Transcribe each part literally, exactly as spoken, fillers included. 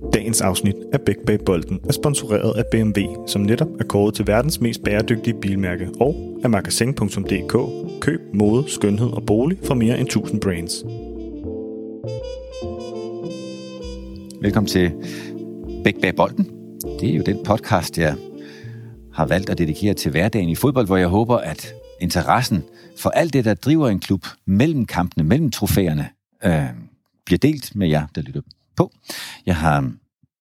Dagens afsnit af Bæk bag bolden er sponsoreret af B M W, som netop er kåret til verdens mest bæredygtige bilmærke, og af magasin punktum d k. Køb, mode, skønhed og bolig for mere end tusind brands. Velkommen til Bæk bag bolden. Det er jo den podcast, jeg har valgt at dedikere til hverdagen i fodbold, hvor jeg håber, at interessen for alt det, der driver en klub mellem kampene, mellem trofæerne, øh, bliver delt med jer, der lytter på. Jeg har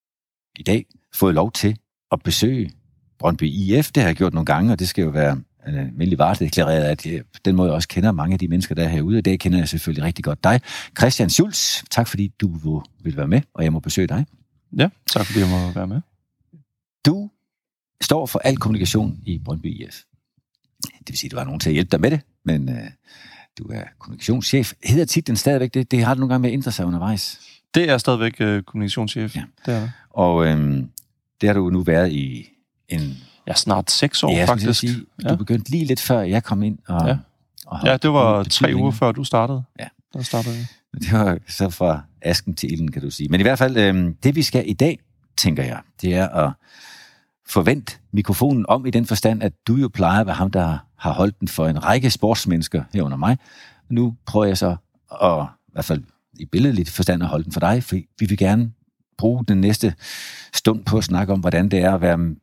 i dag fået lov til at besøge Brøndby I F. Det har jeg gjort nogle gange, og det skal jo være en almindelig varedeklareret, at jeg, den måde jeg også kender mange af de mennesker, der er herude. I dag kender jeg selvfølgelig rigtig godt dig. Christian Schulz, tak fordi du vil være med, og jeg må besøge dig. Ja, tak fordi jeg må være med. Du står for al kommunikation i Brøndby I F. Det vil sige, at du har nogen til at hjælpe dig med det, men øh, du er kommunikationschef. Hedder titlen stadigvæk det? Det har du nogle gange med at ændre sig undervejs. Det er stadigvæk øh, kommunikationschef. Ja. Det er det. Og øh, det har du nu været i en... Ja, snart seks år, ja, faktisk. Sige, du ja. begyndte lige lidt før jeg kom ind. Og, ja. Og ja, det var tre uger før du startede. Ja. Der startede jeg. Det var så fra asken til ilden, kan du sige. Men i hvert fald, øh, det vi skal i dag, tænker jeg, det er at forvente mikrofonen om i den forstand, at du jo plejer at være ham, der har holdt den for en række sportsmennesker herunder mig. Nu prøver jeg så at, i hvert fald i billedligt forstand, at holde den for dig, for vi vil gerne bruge den næste stund på at snakke om, hvordan det er at være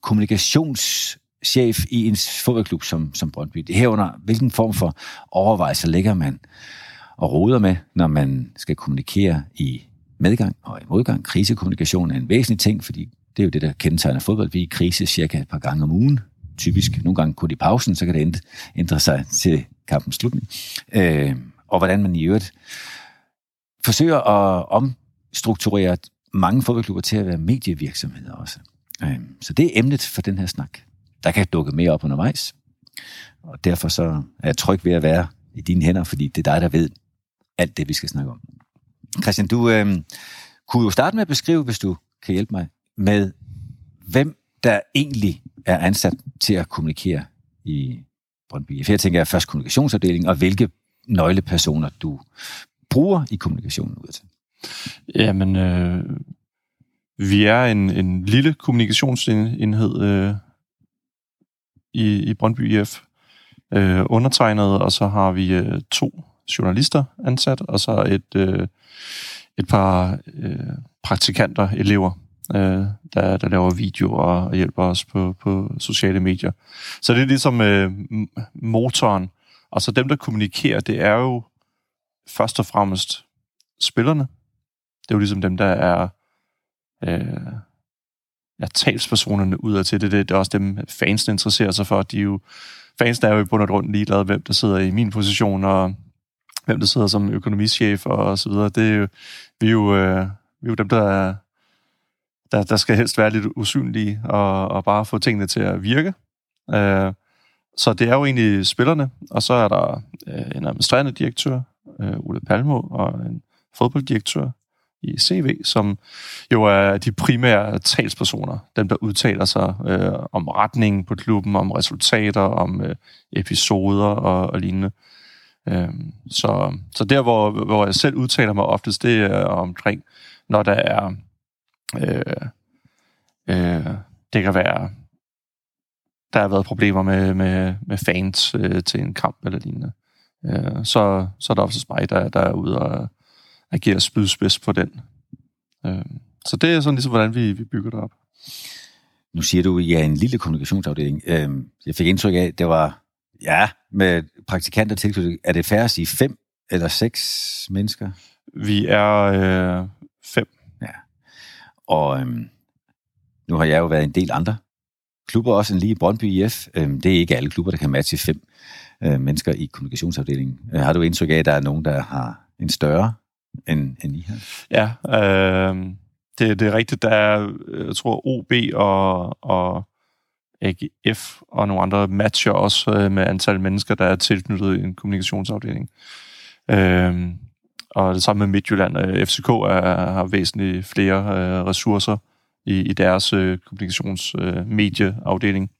kommunikationschef i en fodboldklub som, som Brøndby. Det herunder, hvilken form for overvejelser lægger man og roder med, når man skal kommunikere i medgang og i modgang. Krisekommunikation er en væsentlig ting, fordi det er jo det, der kendetegner fodbold. Vi er i krise cirka et par gange om ugen. Typisk nogle gange kun i pausen, så kan det ændre sig til kampens slutning. Øh, og hvordan man i øvrigt forsøger at omstrukturere mange fodboldklubber til at være medievirksomheder også. Øh, så det er emnet for den her snak. Der kan dukke mere op undervejs. Og derfor så er jeg tryg ved at være i dine hænder, fordi det er dig, der ved alt det, vi skal snakke om. Christian, du øh, kunne jo starte med at beskrive, hvis du kan hjælpe mig, med hvem der egentlig er ansat til at kommunikere i Brøndby. For jeg tænker først kommunikationsafdelingen, og hvilke nøglepersoner du bruger i kommunikationen udadtil. Jamen, øh, vi er en, en lille kommunikationsenhed øh, i, i Brøndby I F, øh, undertegnet, og så har vi øh, to journalister ansat, og så et, øh, et par øh, praktikanter, elever, øh, der, der laver videoer og hjælper os på, på sociale medier. Så det er ligesom øh, motoren. Og så dem, der kommunikerer, det er jo først og fremmest spillerne. Det er jo ligesom dem, der er øh, ja, talspersonerne udadtil. Det, det, det er også dem, fansene interesserer sig for. De er jo, fansene er jo i bund og grund ligeglade, hvem der sidder i min position, og hvem der sidder som økonomichef og så videre. Det er jo, vi er jo, øh, vi er jo dem, der, er, der, der skal helst være lidt usynlige og, og bare få tingene til at virke. Øh, så det er jo egentlig spillerne, og så er der øh, en administrerende direktør, øh, Ole Palmo, og en fodbolddirektør i C V, som jo er de primære talspersoner, dem der udtaler sig øh, om retningen på klubben, om resultater, om øh, episoder og, og lignende. Øh, så, så der, hvor, hvor jeg selv udtaler mig oftest, det er omkring, når der er øh, øh, det kan være, der har været problemer med, med, med fans øh, til en kamp eller lignende. Øh, så, så er der oftest mig, der, der er ude og agerer spydspids på den. Øh, så det er sådan ligesom, hvordan vi, vi bygger det op. Nu siger du, at I er en lille kommunikationsafdeling. Øh, jeg fik indtryk af, at det var, ja, med praktikanter tilknyttet. Er det fair at sige fem eller seks mennesker? Vi er øh, fem. Ja. Og øh, nu har jeg jo været en del andre klubber, også en lige Brøndby I F. Øh, det er ikke alle klubber, der kan matche fem øh, mennesker i kommunikationsafdelingen. Øh, har du indtryk af, at der er nogen, der har en større end, end I har? Ja, øh, det, det er rigtigt. Der er, jeg tror, O B og, og A G F og nogle andre matcher også øh, med antal mennesker, der er tilknyttet i en kommunikationsafdeling. Øh, og det samme med Midtjylland. F C K er, har væsentligt flere øh, ressourcer i, i deres øh, kommunikationsmedieafdeling.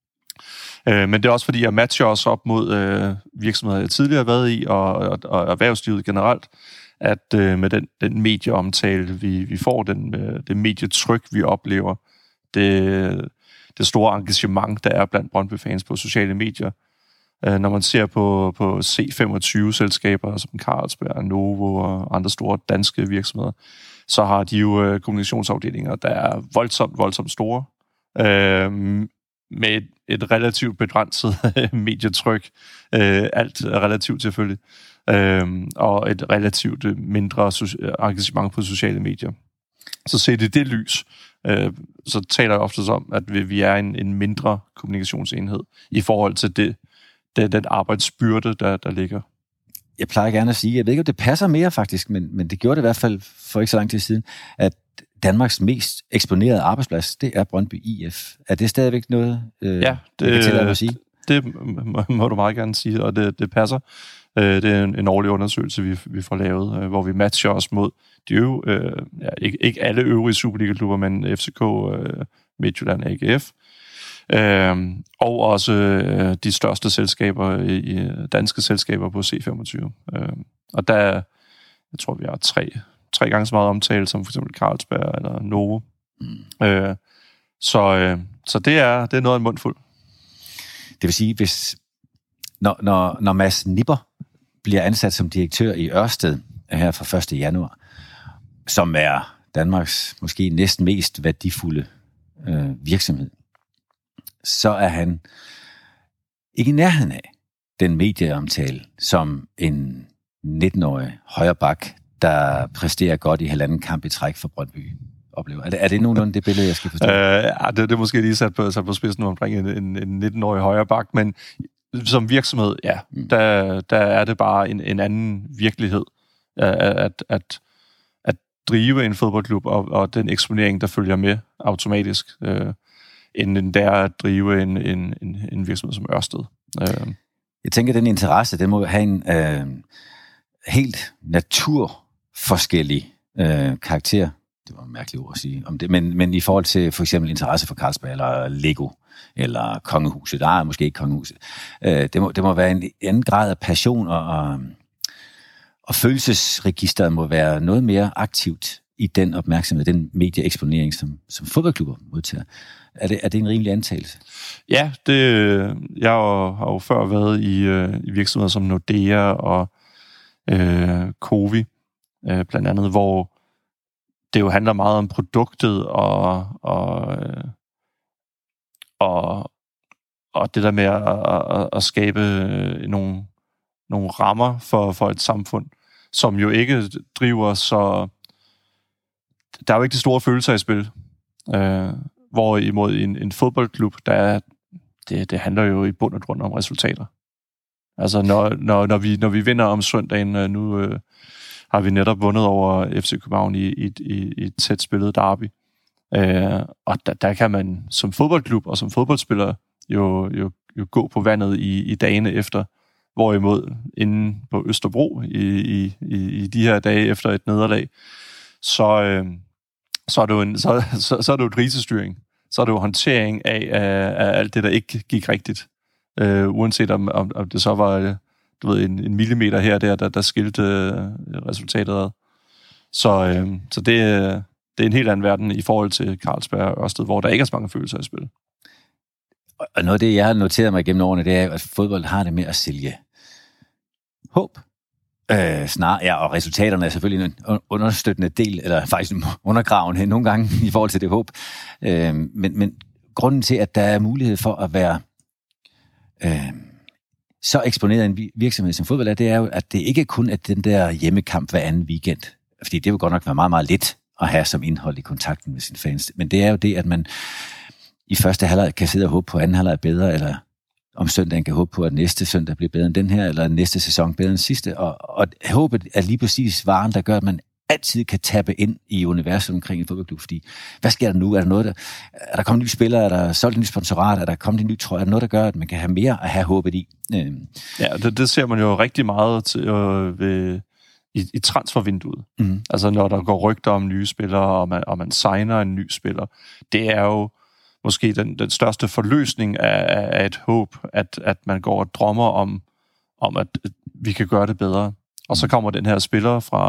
Øh, øh, men det er også fordi, jeg matcher også op mod øh, virksomheder, jeg tidligere har været i, og, og, og erhvervslivet generelt, at øh, med den, den medieomtale, vi, vi får, den, øh, det medietryk, vi oplever, det, det store engagement, der er blandt Brøndby-fans på sociale medier, øh, når man ser på, på C femogtyve-selskaber som Carlsberg, Novo og andre store danske virksomheder, så har de jo øh, kommunikationsafdelinger, der er voldsomt, voldsomt store, øh, med et, et relativt begrænset medietryk. Øh, alt er relativt selvfølgelig. Øh, og et relativt mindre so- engagement på sociale medier. Så set i det lys, øh, så taler jeg ofte om, at vi, vi er en, en mindre kommunikationsenhed i forhold til det, det, den arbejdsbyrde, der, der ligger. Jeg plejer gerne at sige, jeg ved ikke, om det passer mere faktisk, men, men det gjorde det i hvert fald for ikke så lang tid siden, at Danmarks mest eksponerede arbejdsplads, det er Brøndby I F. Er det stadigvæk noget, øh, ja, det, jeg kan tillade mig at sige? Det må, må du meget gerne sige, og det, det passer. Det er en, en årlig undersøgelse, vi, vi får lavet, hvor vi matcher os mod de øv, øh, ja, ikke, ikke alle øvrige Superliga-klubber, men F C K, øh, Midtjylland, A G F, øh, og også øh, de største selskaber, i, danske selskaber på C femogtyve. Øh, og der, jeg tror, vi har tre, tre gange så meget omtale, som for eksempel Carlsberg eller Novo. Mm. Øh, så, øh, så det er, det er noget af en mundfuld. Det vil sige, hvis når, når, når Mads Nipper bliver ansat som direktør i Ørsted her fra første januar, som er Danmarks måske næsten mest værdifulde øh, virksomhed, så er han ikke i nærheden af den medieomtale, som en nitten-årig højre bak, der præsterer godt i halvanden kamp i træk for Brøndby, oplever. Er det, er det nogenlunde det billede, jeg skal forstå? Øh, ja, det, det er måske lige sat på, sat på spidsen omkring en, en, en nitten-årig højre bak, men som virksomhed, ja, mm. der, der er det bare en, en anden virkelighed, at, at, at drive en fodboldklub, og, og den eksponering, der følger med automatisk, øh, end der at drive en, en, en, en virksomhed som Ørsted. Øh. Jeg tænker, at den interesse, den må have en øh, helt naturforskellig øh, karakter. Det var en mærkelig ord at sige om det, men, men i forhold til for eksempel interesse for Carlsberg eller Lego, eller Kongehuset. Der er måske ikke Kongehuset. Øh, det, må, det må være en anden grad af passion, og, og, og følelsesregisteret må være noget mere aktivt i den opmærksomhed, den medieeksponering, som, som fodboldklubber modtager. Er det, er det en rimelig antagelse? Ja, det, jeg har jo før været i, i virksomheder som Nordea og øh, Covi, øh, blandt andet, hvor det jo handler meget om produktet og, og Og, og det der med at, at, at skabe nogle, nogle rammer for, for et samfund, som jo ikke driver så... Der er jo ikke de store følelser i spil. Øh, hvorimod en, en fodboldklub, der er, det, det handler jo i bund og grund om resultater. Altså når, når, når, vi, når vi vinder om søndagen, nu øh, har vi netop vundet over F C København i, i, i, i et tæt spillet derby. Øh, og der, der kan man som fodboldklub og som fodboldspiller jo, jo, jo gå på vandet i, i dagene efter, hvorimod inde på Østerbro i, i, i de her dage efter et nederlag, så, øh, så, er det jo en, så, så, så er det jo krisestyring. Så er det jo håndtering af, af, af alt det, der ikke gik rigtigt. Øh, uanset om, om, om det så var du ved, en, en millimeter her og der, der, der skilte øh, resultatet ad. Så, øh, så det Det er en helt anden verden i forhold til Carlsberg og Ørsted, hvor der ikke er så mange følelser i spil. Og noget af det, jeg har noteret mig gennem årene, det er, at fodbold har det med at sælge håb. Øh, snarere, ja, og resultaterne er selvfølgelig en understøttende del, eller faktisk undergravende nogle gange i forhold til det håb. Øh, men, men grunden til, at der er mulighed for at være øh, så eksponeret en virksomhed som fodbold er, det er jo, at det ikke kun er den der hjemmekamp hver anden weekend. Fordi det vil godt nok være meget, meget lidt at have som indhold i kontakten med sine fans. Men det er jo det, at man i første halvleg kan sidde og håbe på, at anden halvleg er bedre, eller om søndagen kan håbe på, at næste søndag bliver bedre end den her, eller næste sæson bedre end sidste. Og, og håbet er lige præcis varen, der gør, at man altid kan tappe ind i universet omkring en fodboldklub. Fordi, hvad sker der nu? Er der noget, der, er der kommet nye spillere? Er der solgt en ny sponsorat? Er der kommet en ny trøje? Er der noget, der gør, at man kan have mere at have håbet i? Øhm. Ja, det, det ser man jo rigtig meget til, øh, ved i, i transfervinduet. Mm. Altså når der går rygter om nye spillere, og man, og man signer en ny spiller. Det er jo måske den, den største forløsning af, af et håb, at, at man går og drømmer om, om, at vi kan gøre det bedre. Og så kommer den her spiller fra,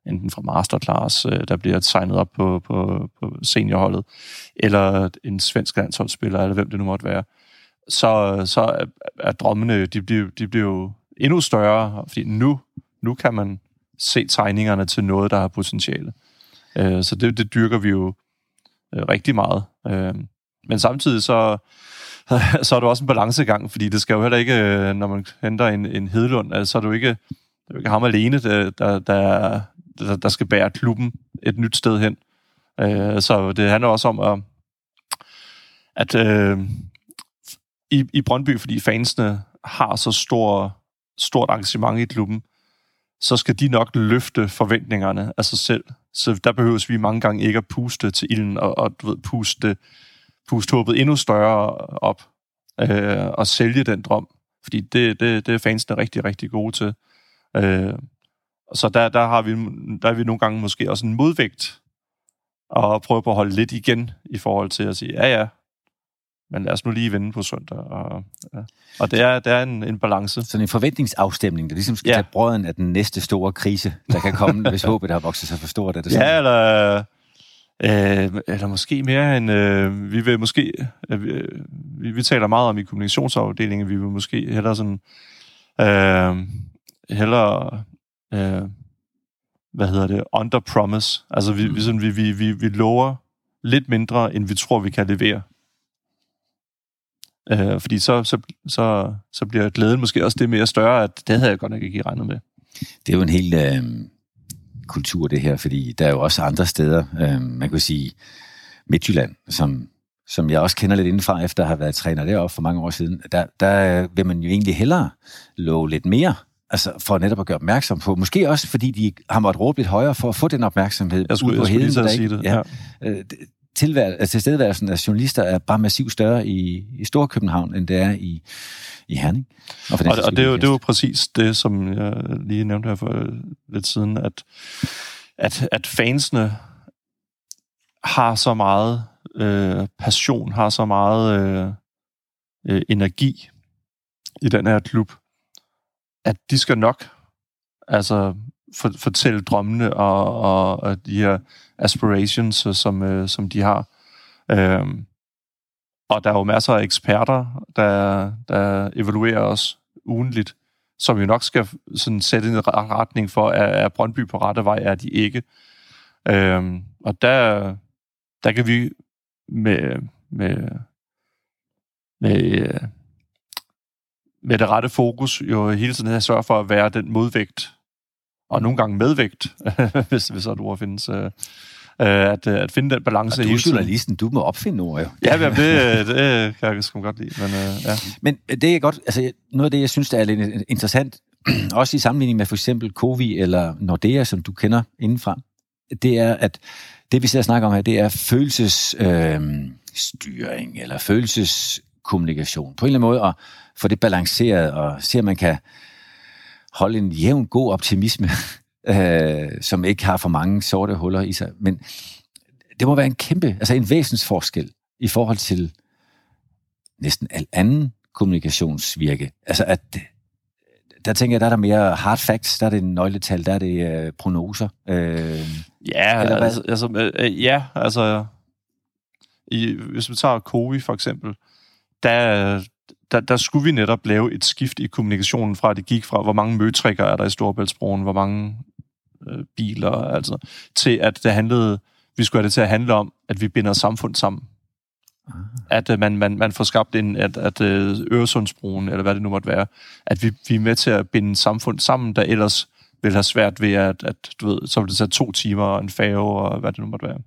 enten fra masterclass, øh, der bliver signet op på, på, på seniorholdet, eller en svensk landsholdsspiller, eller hvem det nu måtte være, så, så er, er drømmene, de bliver, de bliver jo endnu større, fordi nu, nu kan man se tegningerne til noget, der har potentiale. Øh, så det, det dyrker vi jo øh, rigtig meget. Øh, men samtidig så, så er det også en balancegang, fordi det skal jo heller ikke, når man henter en, en Hedlund, altså, så er det jo ikke, det er jo ikke ham alene, der, der, der, der skal bære klubben et nyt sted hen. Øh, så det handler også om, at, at øh, i, i Brøndby, fordi fansene har så stor, stort engagement i klubben, så skal de nok løfte forventningerne af sig selv. Så der behøves vi mange gange ikke at puste til ilden og, og du ved, puste, puste håbet endnu større op øh, og sælge den drøm. Fordi det, det, det er fansene rigtig, rigtig gode til. Øh, så der, der, har vi, der er vi nogle gange måske også en modvægt og prøve på at holde lidt igen i forhold til at sige, ja ja, men lad os nu lige vinde på søndag. Og, ja. og det er, det er en, en balance. Sådan en forventningsafstemning, der ligesom skal ja. tage brøden af den næste store krise, der kan komme, hvis håbet har vokset sig for stort. Er det sådan? Ja, eller, øh, eller måske mere end... Øh, vi vil måske... Øh, vi, vi taler meget om i kommunikationsafdelingen, vi vil måske hellere sådan... Øh, hellere... Øh, hvad hedder det? Under-promise. Altså, vi, vi, sådan, vi, vi, vi, vi lover lidt mindre, end vi tror, vi kan levere. Øh, fordi så, så, så, så bliver glæden måske også det mere større, at det havde jeg godt nok ikke regnet med. Det er jo en hel øh, kultur, det her, fordi der er jo også andre steder, øh, man kan sige Midtjylland, som, som jeg også kender lidt indenfra, efter at have været træner deroppe for mange år siden, der, der vil man jo egentlig hellere love lidt mere, altså for netop at gøre opmærksom på, måske også fordi de har måttet råbe lidt højere for at få den opmærksomhed. Jeg skulle, ud på jeg skulle heden, lige sige det. Ja. Ja. Tilvær- altså, tilstedeværelsen af journalister er bare massivt større i, i Storkøbenhavn, end det er i, i Herning. Og, og, og det, er jo, det er jo præcis det, som jeg lige nævnte her for lidt siden, at, at, at fansene har så meget øh, passion, har så meget øh, øh, energi i den her klub, at de skal nok altså for, fortælle drømmene og, og, og de her aspirations, som, øh, som de har. Øhm, og der er jo masser af eksperter, der, der evaluerer os ugenligt, som jo nok skal sådan sætte en retning for, er, er Brøndby på rette vej, er de ikke. Øhm, og der, der kan vi med, med, med, med det rette fokus jo hele tiden have sørge for at være den modvægt, og nogle gange medvægt, hvis, hvis et ord findes, øh, at, at finde den balance. Og du er journalisten, du må opfinde ord, jo. Ja, jamen, det, det kan jeg sgu godt lide. Men, øh, ja. men det er godt, altså noget af det, jeg synes, der er lidt interessant, også i sammenligning med for eksempel Covi eller Nordea, som du kender indenfra, det er, at det, vi sidder og snakker om her, det er følelsesstyring, øh, eller følelseskommunikation. På en eller anden måde, at få det balanceret, og se, om man kan holde en jævn, god optimisme, øh, som ikke har for mange sorte huller i sig. Men det må være en kæmpe, altså en væsensforskel i forhold til næsten al anden kommunikationsvirke. Altså at, der tænker jeg, der er der mere hard facts, der er det nøgletal, der er det øh, prognoser. Øh, ja, altså, altså, øh, ja, altså i, hvis vi tager Covi for eksempel, der Der, der skulle vi netop lave et skift i kommunikationen fra, at det gik fra, hvor mange møtrikker er der i Storebæltsbroen, hvor mange øh, biler, altså, til at det handlede, vi skulle have det til at handle om, at vi binder samfund sammen. Ah. At øh, man, man, man får skabt en, at, at øh, Øresundsbroen, eller hvad det nu måtte være, at vi, vi er med til at binde samfund sammen, der ellers vil have svært ved, at, at du ved, så vil det tage to timer og en færge, og hvad det nu måtte være.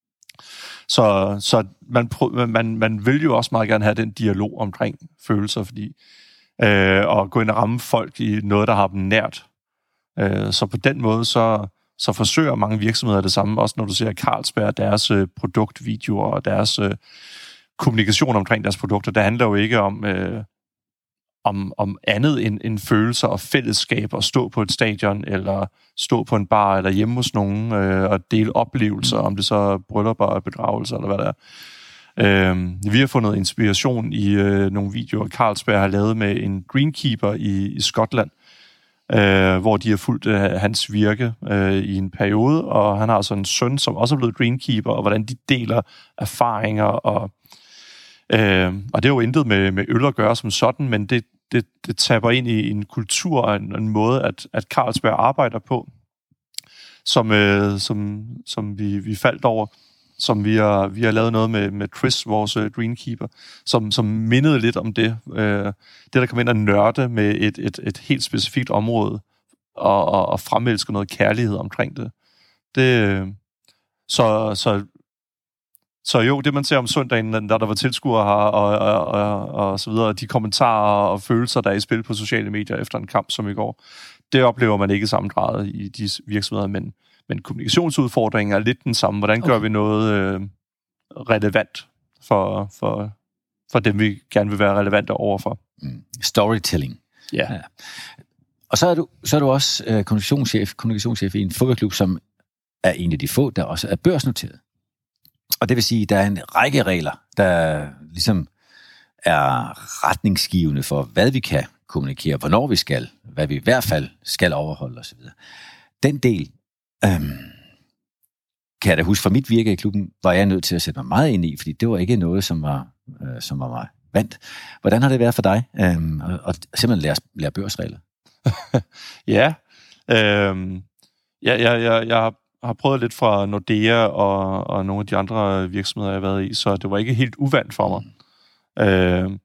Så, så man, man, man vil jo også meget gerne have den dialog omkring følelser, fordi øh, og gå ind og ramme folk i noget, der har dem nært. Øh, så på den måde, så, så forsøger mange virksomheder det samme, også når du ser Carlsberg, deres øh, produktvideoer og deres øh, kommunikation omkring deres produkter, der handler jo ikke om, øh, om, om andet end, end følelser og fællesskab, og stå på et stadion, eller stå på en bar, eller hjemme hos nogen, øh, og dele oplevelser, om det så er bryllupper og begravelser, eller hvad det er. Øh, vi har fundet inspiration i øh, nogle videoer, Carlsberg har lavet med en greenkeeper i, i Skotland, øh, hvor de har fulgt øh, hans virke øh, i en periode, og han har altså en søn, som også er blevet Dreamkeeper, og hvordan de deler erfaringer, og, øh, og det er jo intet med, med øl at gøre som sådan, men det, det, det taber ind i en kultur og en, en måde, at, at Carlsberg arbejder på, som, øh, som, som vi, vi faldt over, som vi har, vi har lavet noget med, med Chris, vores uh, Dreamkeeper, som, som mindede lidt om det. Øh, det, der kom ind og nørde med et, et, et helt specifikt område, og, og, og fremelsker noget kærlighed omkring det. det så, så, så jo, det man ser om søndagen, når der var tilskuere her, og, og, og, og så videre, de kommentarer og følelser, der er i spil på sociale medier efter en kamp som i går, det oplever man ikke i samme grad i de virksomheder, men Men kommunikationsudfordringen er lidt den samme. Hvordan gør okay. vi noget øh, relevant for, for, for dem, vi gerne vil være relevante overfor? Mm. Storytelling. Yeah. Ja. Og så er du, så er du også øh, kommunikationschef, kommunikationschef i en fodboldklub, som er en af de få, der også er børsnoteret. Og det vil sige, at der er en række regler, der ligesom er retningsgivende for, hvad vi kan kommunikere, hvornår vi skal, hvad vi i hvert fald skal overholde osv. Den del Øhm, kan jeg da huske fra mit virke i klubben, var jeg nødt til at sætte mig meget ind i, fordi det var ikke noget, som var, øh, som var mig vant. Hvordan har det været for dig øhm, at, at simpelthen lære, lære børsregler? ja, øhm, ja jeg, jeg, jeg har prøvet lidt fra Nordea og, og nogle af de andre virksomheder, jeg har været i, så det var ikke helt uvant for mig. Mm. Øhm,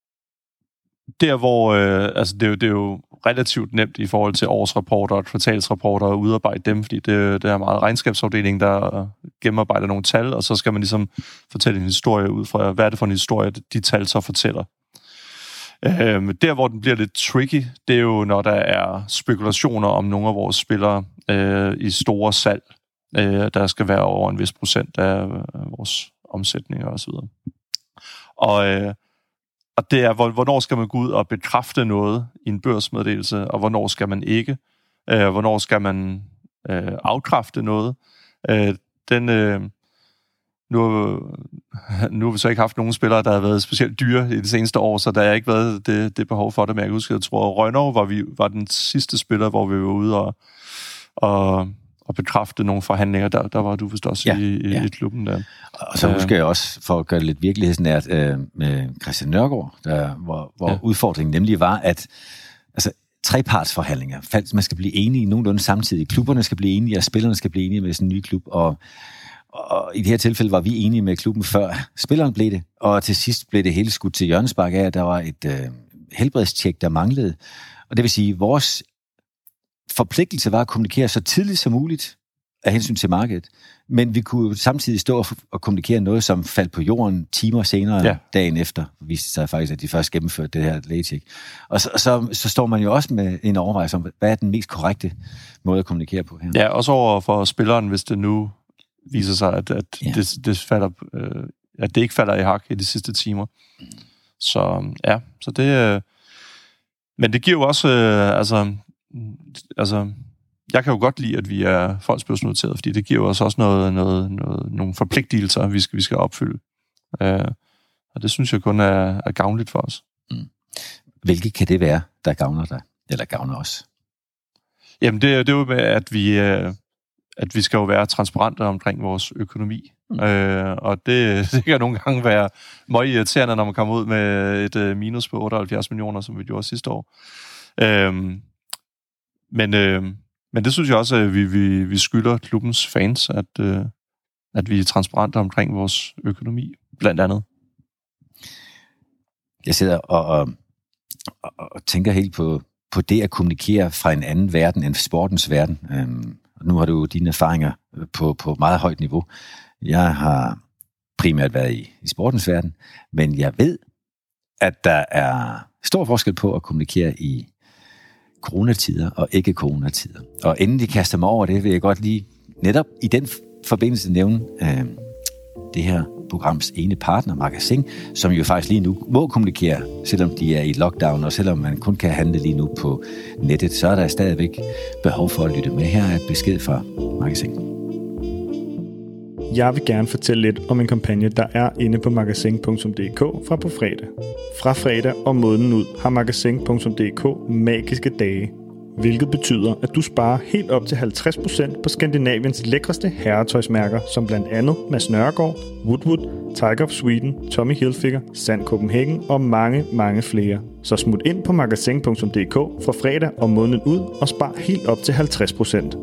der hvor, øh, altså det er, jo, det er jo relativt nemt i forhold til årsrapporter og kvartalsrapporter at udarbejde dem, fordi det, det er meget regnskabsafdelingen, der gennemarbejder nogle tal, og så skal man ligesom fortælle en historie ud fra, hvad er det for en historie, de tal så fortæller. Øh, der, hvor den bliver lidt tricky, det er jo, når der er spekulationer om nogle af vores spillere øh, i store salg, øh, der skal være over en vis procent af vores omsætninger osv. Og øh, Og det er, hvornår skal man gå ud og bekræfte noget i en børsmeddelelse, og hvornår skal man ikke? Øh, hvornår skal man øh, afkræfte noget? Øh, den, øh, nu, nu har vi så ikke haft nogen spillere, der har været specielt dyre i de seneste år, så der har ikke været det, det behov for det. Men jeg kan huske, jeg tror, at Rønnow var, vi, var den sidste spiller, hvor vi var ude og, og, og bekræfte nogle forhandlinger. Der, der var du vist også ja, i, ja. i klubben der. Og så husker jeg også, for at gøre det lidt virkelighedsnært, øh, med Christian Nørgaard, der, hvor, hvor ja. udfordringen nemlig var, at altså, trepartsforhandlinger, man skal blive enige nogenlunde samtidig. Klubberne skal blive enige, og spillerne skal blive enige med sådan en ny klub, og, og i det her tilfælde var vi enige med klubben før spilleren blev det, og til sidst blev det hele skudt til hjørnespark af, at der var et øh, helbredstjek, der manglede. Og det vil sige, at vores forpligtelse var at kommunikere så tidligt som muligt af hensyn til markedet, men vi kunne samtidig stå og kommunikere noget, som faldt på jorden timer senere, ja. dagen efter, viste sig faktisk, at de først gennemførte det her lægetjek. Og så, så, så står man jo også med en overvejelse om, hvad er den mest korrekte måde at kommunikere på her. Ja, også over for spilleren, hvis det nu viser sig, at, at, ja. det, det, falder, øh, at det ikke falder i hak i de sidste timer. Mm. Så ja, så det... Øh, men det giver jo også... Øh, altså, altså jeg kan jo godt lide, at vi er fondsbørsnoteret, fordi det giver os også noget, noget, noget, nogle forpligtelser, vi skal, vi skal opfylde. Uh, og det synes jeg kun er, er gavnligt for os. Mm. Hvilke kan det være, der gavner dig, eller gavner os? Jamen, det, det er jo med, at vi, uh, at vi skal jo være transparente omkring vores økonomi. Mm. Uh, og det, det kan nogle gange være meget irriterende, når man kommer ud med et uh, minus på otteoghalvfjerds millioner, som vi gjorde sidste år. Uh, men... Uh, Men det synes jeg også, at vi, vi, vi skylder klubbens fans, at, øh, at vi er transparente omkring vores økonomi, blandt andet. Jeg sidder og, og, og, og tænker helt på, på det at kommunikere fra en anden verden end sportens verden. Øhm, nu har du jo dine erfaringer på, på meget højt niveau. Jeg har primært været i, i sportens verden, men jeg ved, at der er stor forskel på at kommunikere i coronatider og ikke coronatider. Og inden de kaster mig over det, vil jeg godt lige netop i den forbindelse nævne øh, det her programs ene partner, Magasin, som jo faktisk lige nu må kommunikere, selvom de er i lockdown, og selvom man kun kan handle lige nu på nettet, så er der stadigvæk behov for at lytte med. Her er et besked fra Magasin. Jeg vil gerne fortælle lidt om en kampagne, der er inde på magasin punktum d k fra på fredag. Fra fredag og måneden ud har magasin punktum d k magiske dage, hvilket betyder, at du sparer helt op til halvtreds procent på Skandinaviens lækreste herretøjsmærker, som blandt andet Mads Nørgaard, Woodwood, Tiger of Sweden, Tommy Hilfiger, Sand Copenhagen og mange, mange flere. Så smut ind på magasin punktum d k fra fredag og måneden ud og spar helt op til halvtreds procent.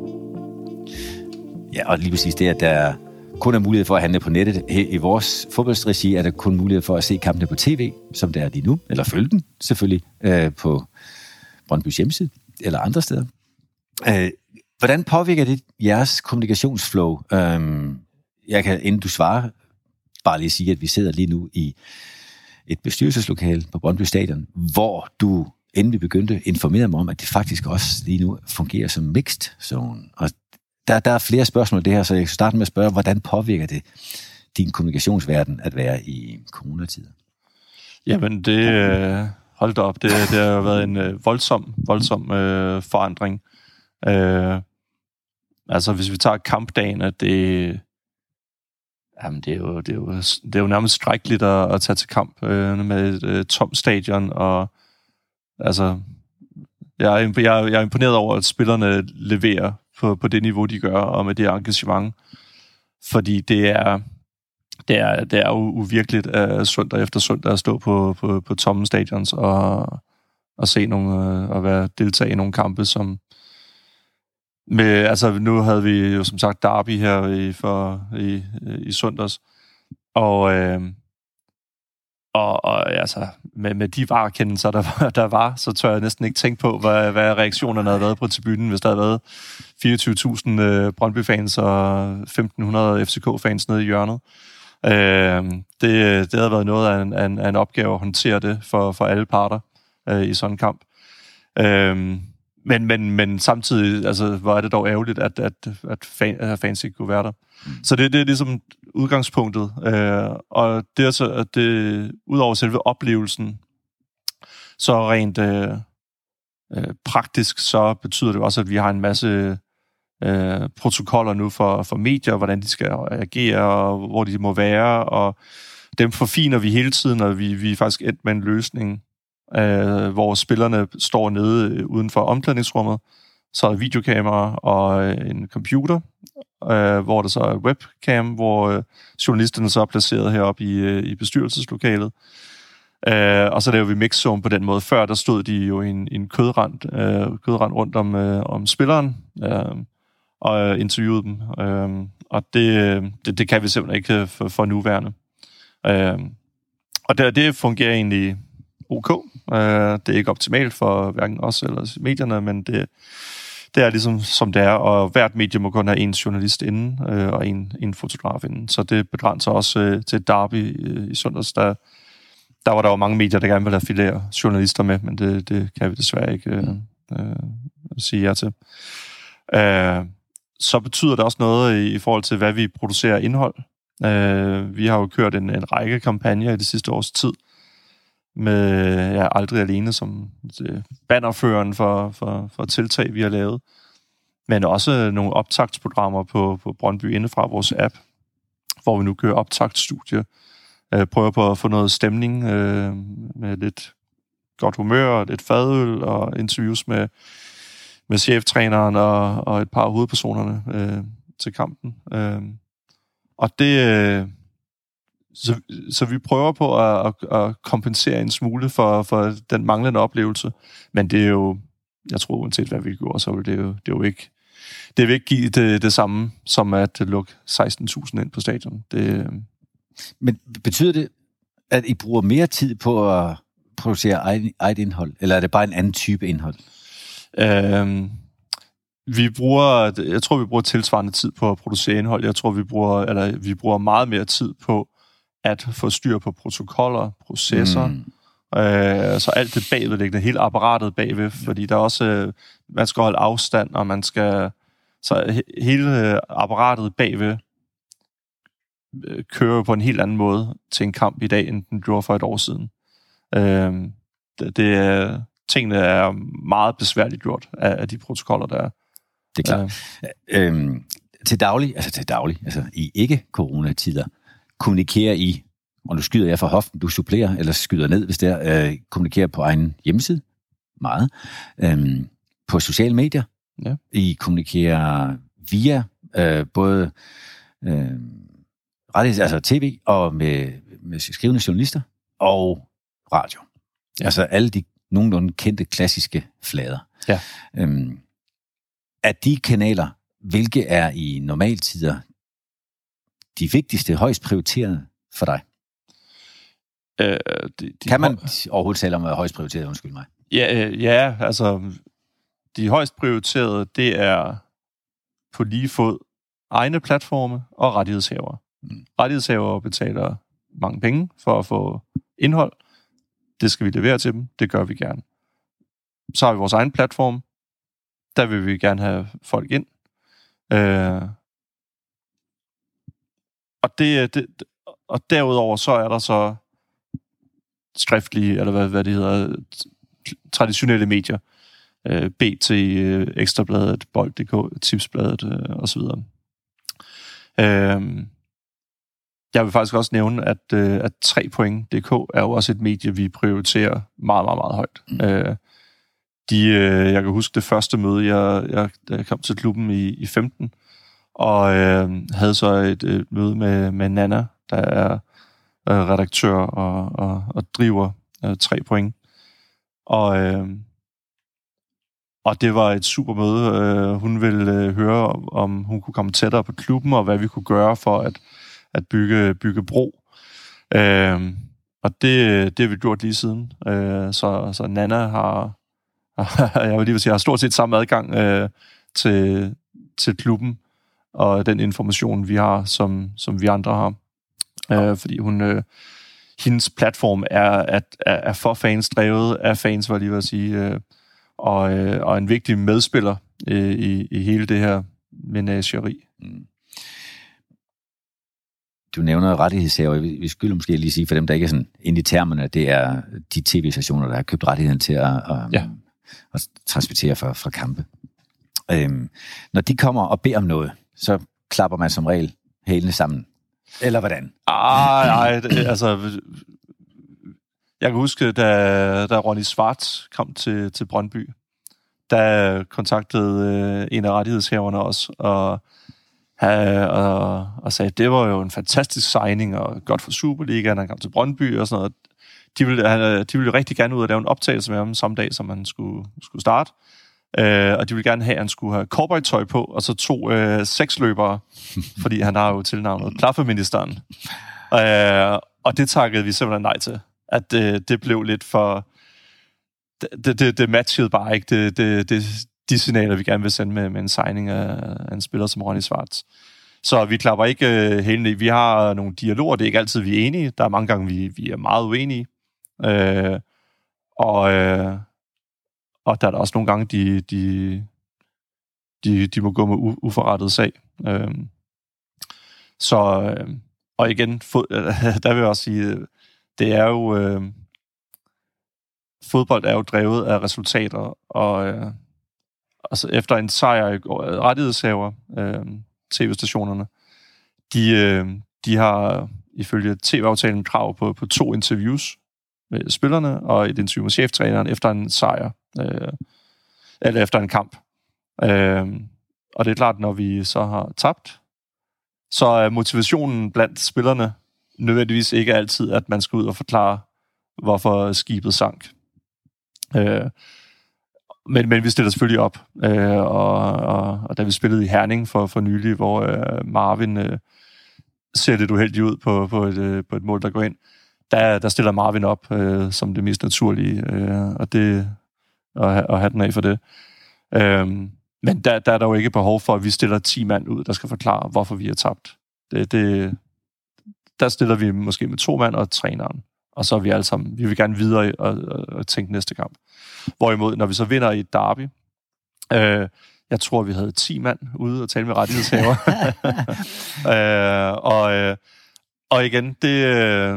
Ja, og lige præcis det, at der kun er mulighed for at handle på nettet. I vores fodboldsregi er der kun mulighed for at se kampene på tv, som det er lige nu, eller følge den selvfølgelig øh, på Brøndbys hjemmeside eller andre steder. Øh, hvordan påvirker det jeres kommunikationsflow? Øh, jeg kan, inden du svarer, bare lige sige, at vi sidder lige nu i et bestyrelseslokale på Brøndby Stadion, hvor du, inden vi begyndte, informerede mig om, at det faktisk også lige nu fungerer som mixed zone. Og Der, der er flere spørgsmål i det her, så jeg skal starte med at spørge, hvordan påvirker det din kommunikationsverden at være i coronatider? Jamen, det øh, hold da op. Det, det har været en øh, voldsom, voldsom øh, forandring. Øh, altså, hvis vi tager kampdagen, at det, jamen, det, er jo, det, er jo, det er jo nærmest skrækkeligt at, at tage til kamp øh, med et øh, tomt stadion. Og altså, jeg er, jeg, jeg er imponeret over, at spillerne leverer På, på det niveau, de gør, og med det engagement. Fordi det er, det er, det er jo uvirkeligt at søndag efter søndag at stå på, på, på tomme stadions og, og se nogle, og være deltage i nogle kampe, som med, altså nu havde vi jo som sagt derby her i, for, i, i søndags, og øh, Og, og altså, med, med de varekendelser, der var, der var, så tør jeg næsten ikke tænke på, hvad, hvad reaktionerne havde været på tribunen, hvis der havde været fireogtyve tusind øh, Brøndby-fans og femten hundrede F C K-fans nede i hjørnet. Øh, det, det havde været noget af en, af en, af en opgave at håndtere det for, for alle parter øh, i sådan en kamp. Øh, men, men, men samtidig altså, var det dog ærgerligt, at, at, at, fan, at fans ikke kunne være der. Så det, det er ligesom udgangspunktet. Øh, og det er så, at det, udover selve oplevelsen, så rent øh, øh, praktisk, så betyder det også, at vi har en masse øh, protokoller nu for, for medier, hvordan de skal agere, og hvor de må være, og dem forfiner vi hele tiden, og vi, vi er faktisk endt med en løsning, øh, hvor spillerne står nede uden for omklædningsrummet, så er der videokamera og en computer, øh, hvor der så er webcam, hvor øh, journalisterne så er placeret heroppe i, øh, i bestyrelseslokalet. Øh, og så laver vi mixzone på den måde. Før der stod de jo i en, en kødrand, øh, kødrand rundt om, øh, om spilleren øh, og interviewede dem. Øh, og det, det, det kan vi simpelthen ikke for, for nuværende. Øh, og det, det fungerer egentlig ok. Øh, det er ikke optimalt for hverken os eller medierne, men det Det er ligesom, som det er, og hvert medie må kun have en journalist inden, øh, og en, en fotograf inden. Så det begrænser også øh, til derby øh, i søndags. Der, der var der jo mange medier, der gerne ville have flere journalister med, men det, det kan vi desværre ikke øh, øh, sige ja til. Øh, så betyder det også noget i, i forhold til, hvad vi producerer indhold. Øh, vi har jo kørt en, en række kampagner i det sidste års tid, med ja, Aldrig Alene som bannerføreren for, for, for tiltag, vi har lavet. Men også nogle optagtsprogrammer på, på Brøndby inde fra vores app, hvor vi nu kører optagtstudie. Øh, prøver på at få noget stemning øh, med lidt godt humør og lidt fadøl og interviews med, med cheftræneren og, og et par af hovedpersonerne øh, til kampen. Øh, og det... Øh, Så, så vi prøver på at, at, at kompensere en smule for, for den manglende oplevelse. Men det er jo, jeg tror uanset hvad vi gjorde, så vil det jo, det er jo ikke, det vil ikke give det, det samme som at lukke seksten tusind ind på stadion. Det, Men betyder det, at I bruger mere tid på at producere eget, eget indhold, eller er det bare en anden type indhold? Øhm, vi bruger, jeg tror vi bruger tilsvarende tid på at producere indhold. Jeg tror vi bruger, eller vi bruger meget mere tid på at få styr på protokoller, processer, mm. øh, så alt det bagvedliggende, hele apparatet bagved, fordi der også, øh, man skal holde afstand, og man skal, så he, hele apparatet bagved øh, kører på en helt anden måde til en kamp i dag, end den gjorde for et år siden. Øh, det, det er, tingene er meget besværligt gjort af, af de protokoller, der er. Det er klart. Øh. Øhm, til daglig, altså til daglig, altså i ikke-coronatider, kommunikerer I, og nu skyder jeg fra hoften, du supplerer, eller skyder ned, hvis det er, øh, kommunikerer på egen hjemmeside, meget, øhm, på sociale medier. Ja. I kommunikerer via øh, både øh, rettighed, altså tv og med, med skrivende journalister og radio. Ja. Altså alle de nogenlunde kendte klassiske flader. Ja. Øhm, af de kanaler, hvilke er i normaltider de vigtigste, højst prioriterede for dig? Øh, de, de kan man høj... overhovedet tale om højst prioriteret, undskyld mig? Ja, øh, ja, altså de højst prioriterede, det er på lige fod egne platforme og rettighedshavere. Mm. Rettighedshavere betaler mange penge for at få indhold. Det skal vi levere til dem. Det gør vi gerne. Så har vi vores egen platform. Der vil vi gerne have folk ind. Øh, og, det, det, og derudover så er der så skriftlige, eller hvad, hvad det hedder, traditionelle medier. Øh, B T, øh, Ekstrabladet, Bold punktum d k, Tipsbladet øh, osv. Øh, jeg vil faktisk også nævne, at, øh, at tre point punktum d k er jo også et medie, vi prioriterer meget, meget, meget højt. Mm. Øh, de, øh, jeg kan huske det første møde, jeg, jeg, jeg kom til klubben i, i femten, og øh, havde så et, et møde med, med Nana, der er øh, redaktør og, og, og driver øh, tre point. Og, øh, og det var et super møde. Øh, hun ville øh, høre, om hun kunne komme tættere på klubben, og hvad vi kunne gøre for at, at bygge, bygge bro. Øh, og det, det har vi gjort lige siden. Øh, så, så Nana har, jeg vil lige sige, har stort set samme adgang øh, til, til klubben, og den information, vi har, som, som vi andre har. Øh, fordi hun, øh, hendes platform er, at, er, er for fans drevet af fans, var jeg lige ved at sige, øh, og, øh, og en vigtig medspiller øh, i, i hele det her menageri. Mm. Du nævner rettighedshaver. Vi skylder måske lige sige for dem, der ikke er sådan inde i termerne, det er de tv-stationer, der har købt rettigheden til at, at, ja. at transmittere fra, fra kampe. Øhm, når de kommer og beder om noget, så klapper man som regel hælene sammen. Eller hvordan? Ej, ej, det, altså... Jeg kan huske, da, da Ronny Schwartz kom til, til Brøndby, der kontaktede øh, en af rettighedshaverne også, og, øh, og, og sagde, at det var jo en fantastisk signing, og godt for Superligaen, han kom til Brøndby og sådan noget. De ville, de ville rigtig gerne ud og lave en optagelse med ham samme dag, som han skulle, skulle starte. Øh, og de ville gerne have, at han skulle have cowboy-tøj på, og så to øh, seksløbere, fordi han har jo tilnavnet Klaffeministeren. Øh, og det takkede vi simpelthen nej til. At det, det blev lidt for... Det, det, det matchede bare ikke det, det, det, de signaler, vi gerne vil sende med, med en signing af, af en spiller som Ronny Schwartz. Så vi klapper ikke uh, hele. Vi har nogle dialoger, det er ikke altid, vi er enige. Der er mange gange, vi, vi er meget uenige. Uh, og, uh, og der er der også nogle gange, de, de, de, de må gå med u, uforrettet sag. Uh, så... Uh, og igen, fod, der vil jeg også sige... Det er jo... Øh, fodbold er jo drevet af resultater, og øh, altså efter en sejr i rettighedshaver, øh, tv-stationerne, de, øh, de har ifølge tv-aftalen krav på, på to interviews med spillerne, og et interview med cheftræneren efter en sejr, øh, eller efter en kamp. Øh, og det er klart, når vi så har tabt, så er motivationen blandt spillerne nødvendigvis ikke altid, at man skal ud og forklare, hvorfor skibet sank. Øh, men, men vi stiller selvfølgelig op. Øh, og, og, og da vi spillede i Herning for, for nylig, hvor øh, Marvin øh, ser lidt uheldig ud på, på, et, øh, på et mål, der går ind, der, der stiller Marvin op øh, som det mest naturlige, øh, og det og, og have den af for det. Øh, men der, der er der jo ikke behov for, at vi stiller ti mand ud, der skal forklare, hvorfor vi har tabt. Det, det Der stiller vi måske med to mand og træneren, og så er vi alle sammen, vi vil gerne videre og, og, og tænke næste kamp. Hvorimod, når vi så vinder i et derby, øh, jeg tror, vi havde ti mand ude og tale med rettighedshaver. øh, og, øh, og igen, det, øh,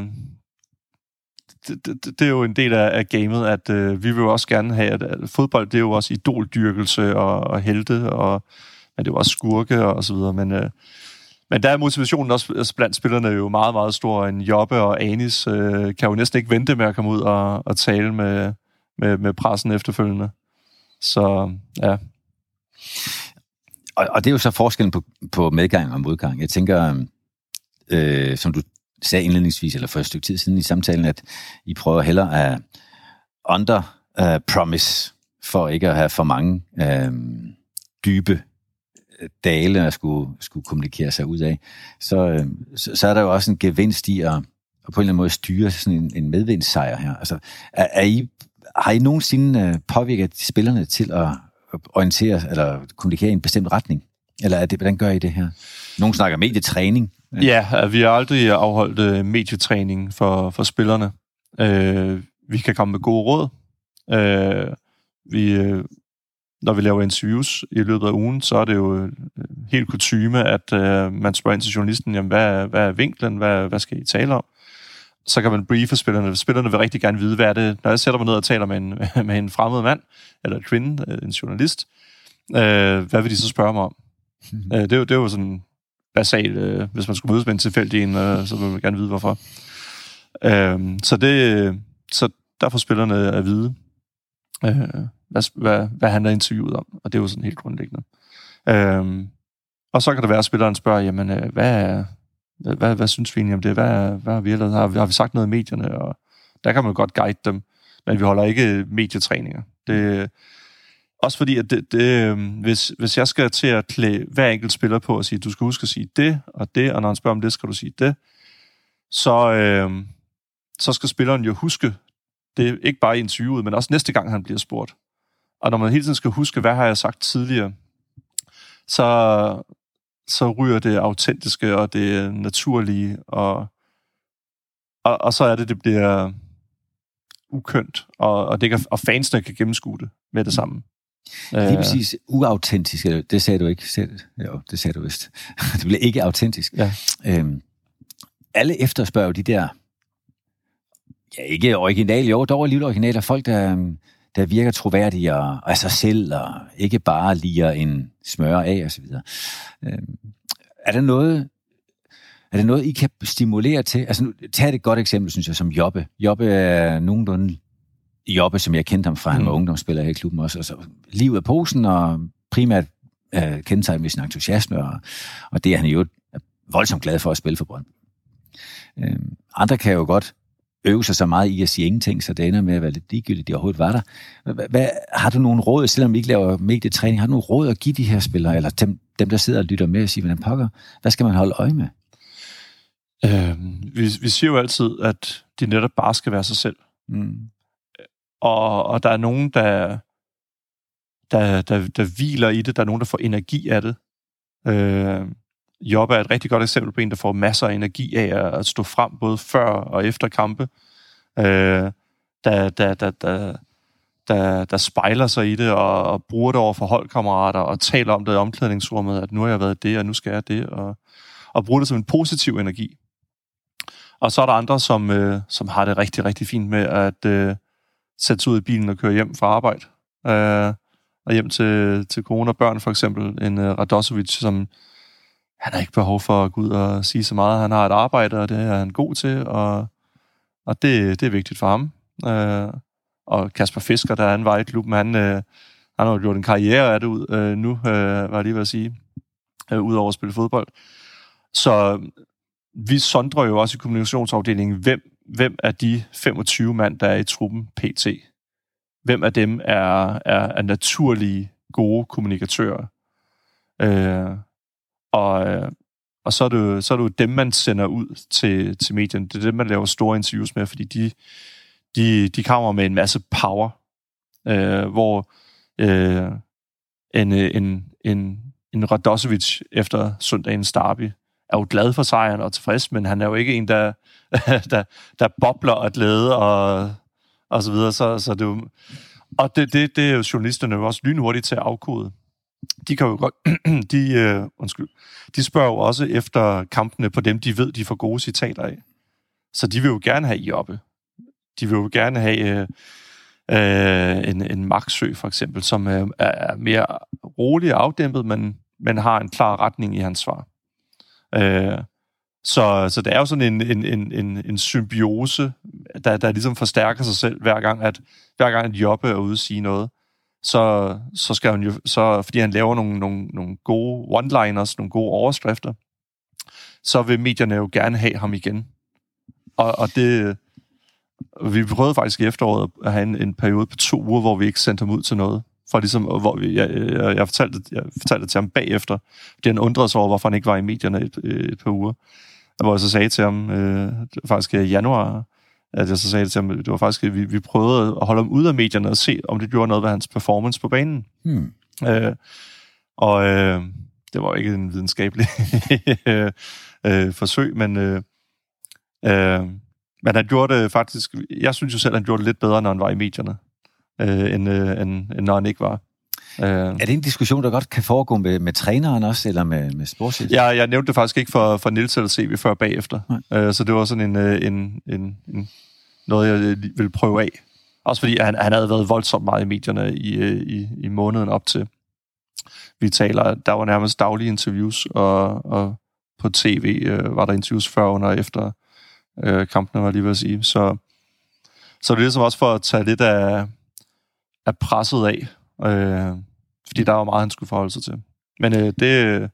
det, det, det er jo en del af, af gamet, at øh, vi vil jo også gerne have, at, at fodbold, det er jo også idoldyrkelse og, og helte, og, men det er jo også skurke og så videre, men... Øh, Men der er motivationen også blandt spillerne jo meget, meget stor. En Jobbe og Anis øh, kan jo næsten ikke vente med at komme ud og, og tale med, med, med pressen efterfølgende. Så ja. Og, og det er jo så forskellen på, på medgang og modgang. Jeg tænker, øh, som du sagde indledningsvis, eller for et stykke tid siden i samtalen, at I prøver hellere at under uh, promise, for ikke at have for mange øh, dybe dale, at skulle, skulle kommunikere sig ud af. Så, øh, så, så er der jo også en gevinst i at, at på en eller anden måde styre sådan en, en medvindssejr her. Altså, er, er I, har I nogensinde påvirket spillerne til at orientere eller kommunikere i en bestemt retning? Eller er det, hvordan gør I det her? Nogle snakker medietræning. Ja, vi har aldrig afholdt medietræning for, for spillerne. Øh, vi kan komme med gode råd. Øh, vi, når vi laver interviews i løbet af ugen, så er det jo helt kutyme, at øh, man spørger ind til journalisten, jamen, hvad, hvad er vinklen? Hvad, hvad skal I tale om? Så kan man briefe spillerne. Spillerne vil rigtig gerne vide, hvad er det, når jeg sætter mig ned og taler med en, med en fremmed mand, eller en kvinde, en journalist, øh, hvad vil de så spørge mig om? Mm-hmm. Øh, det, er jo, det er jo sådan basalt, øh, hvis man skulle mødes med en tilfældig en, øh, så vil man gerne vide, hvorfor. Øh, så, det, så der får spillerne at vide, øh, hvad, hvad, hvad handler interviewet om, og det er jo sådan helt grundlæggende. Øh, og så kan det være, at spilleren spørger, jamen, øh, hvad er Hvad, hvad synes vi egentlig om det? Hvad, hvad har vi ellers? Har, har vi sagt noget i medierne? Og der kan man godt guide dem, men vi holder ikke medietræninger. Det, også fordi, at det, det, hvis, hvis jeg skal til at klæde hver enkelt spiller på og sige, du skal huske at sige det og det, og når han spørger om det, skal du sige det, så, øh, så skal spilleren jo huske det, ikke bare i interviewet, men også næste gang, han bliver spurgt. Og når man hele tiden skal huske, hvad har jeg sagt tidligere, så... så ryger det autentiske og det naturlige, og, og, og så er det, det bliver ukønt, og, og, det kan, og fansene kan gennemskue det med det samme. Lige præcis uautentisk, det sagde du ikke. Jo, det sagde du vist. Det bliver ikke autentisk. Ja. Øhm, alle efterspørger de der, ja, ikke originale, jo, dog alligevel originale, folk, der, der virker troværdige og af sig selv, og ikke bare liger en smør af, og så videre. Øhm, er der noget, er det noget, I kan stimulere til? Altså, tag et godt eksempel, synes jeg, som Jobbe. Jobbe er nogenlunde Jobbe, som jeg kendte ham fra, han var mm. ungdomsspiller her i klubben også. Altså, livet af posen, og primært øh, kendetegnet med sin entusiasme, og, og det er han jo voldsomt glad for at spille for Brøndby. Øhm, andre kan jo godt øve sig så meget i at sige ingenting, så det ender med at være lidt ligegyldigt, de overhovedet var der. Hvad, hvad, har du nogle råd, selvom vi ikke laver medietræning, har du nogle råd at give de her spillere, eller dem, dem der sidder og lytter med og siger, hvordan pokker, hvad skal man holde øje med? Øh, vi, vi siger jo altid, at de netop bare skal være sig selv. Mm. Og, og der er nogen, der, der, der, der hviler i det, der er nogen, der får energi af det. Øh, Jobbe er et rigtig godt eksempel på en, der får masser af energi af at stå frem, både før og efter kampe. Øh, der, der, der, der, der, der spejler sig i det, og, og bruger det over for holdkammerater, og taler om det i omklædningsrummet, at nu har jeg været det, og nu skal jeg det, og, og bruger det som en positiv energi. Og så er der andre, som, øh, som har det rigtig, rigtig fint med at øh, sætte sig ud i bilen og køre hjem fra arbejde. Øh, og hjem til, til kone og børn, for eksempel. En øh, Radosevic, som han har ikke behov for at gå ud og sige så meget. Han har et arbejde, og det er han god til, og, og det, det er vigtigt for ham. Øh, og Kasper Fisker, der han var i klubben, han, øh, han har jo gjort en karriere af det ud øh, nu, øh, var jeg lige ved at sige, øh, ud over at spille fodbold. Så vi sondrer jo også i kommunikationsafdelingen, hvem, hvem er de femogtyve mand, der er i truppen P T? Hvem af dem er, er, er naturlige, gode kommunikatører? Øh, og, og så er det jo, så er det jo dem, man sender ud til, til medierne. Det er dem, man laver store interviews med, fordi de, de, de kommer med en masse power, øh, hvor øh, en, en, en, en Radosevic efter søndagens derby er jo glad for sejren og tilfreds, men han er jo ikke en, der, der, der bobler af glæde og, og så videre. Så, så det er jo, og det, det, det er jo journalisterne jo også lynhurtigt til at afkode. De kan jo godt, de, øh, undskyld, de spørger jo også efter kampene på dem, de ved, de får gode citater af. Så de vil jo gerne have Jobbe. De vil jo gerne have øh, en, en Maxø, for eksempel, som øh, er mere rolig og afdæmpet, men, men har en klar retning i hans svar. Øh, så, så det er jo sådan en, en, en, en, en symbiose, der, der ligesom forstærker sig selv, hver gang, at, hver gang at Jobbe er ude at sige noget, så, så skal han jo, så, fordi han laver nogle, nogle, nogle gode one-liners, nogle gode overskrifter, så vil medierne jo gerne have ham igen. Og, og det, vi prøvede faktisk i efteråret at have en, en periode på to uger, hvor vi ikke sendte ham ud til noget. For ligesom, hvor vi, jeg, jeg, jeg, fortalte, jeg fortalte det til ham bagefter, fordi han undrede sig over, hvorfor han ikke var i medierne et, et par uger. Hvor jeg så sagde til ham, øh, faktisk i januar, at jeg så sagde til ham, det var faktisk, at vi, vi prøvede at holde ham ude af medierne og se, om det gjorde noget ved hans performance på banen. Hmm. Øh, og øh, det var ikke en videnskabelig øh, øh, forsøg, men, øh, øh, men han gjorde det faktisk, jeg synes jo selv, at han gjorde det lidt bedre, når han var i medierne, øh, end, øh, end, end når han ikke var. Er det en diskussion, der godt kan foregå med, med træneren også, eller med, med sportschefen? Ja, jeg nævnte det faktisk ikke for, for Niels eller C V før bagefter. Uh, så det var sådan en, en, en, en noget, jeg ville prøve af. Også fordi han, han havde været voldsomt meget i medierne i, i, i måneden op til. Vi taler, der var nærmest daglige interviews, og, og på tv uh, var der interviews før, under og efter uh, kampene, var lige ved at sige. Så, så det er ligesom også for at tage lidt af, af presset af. Øh, fordi der var meget, han skulle forholde sig til. Men øh, det,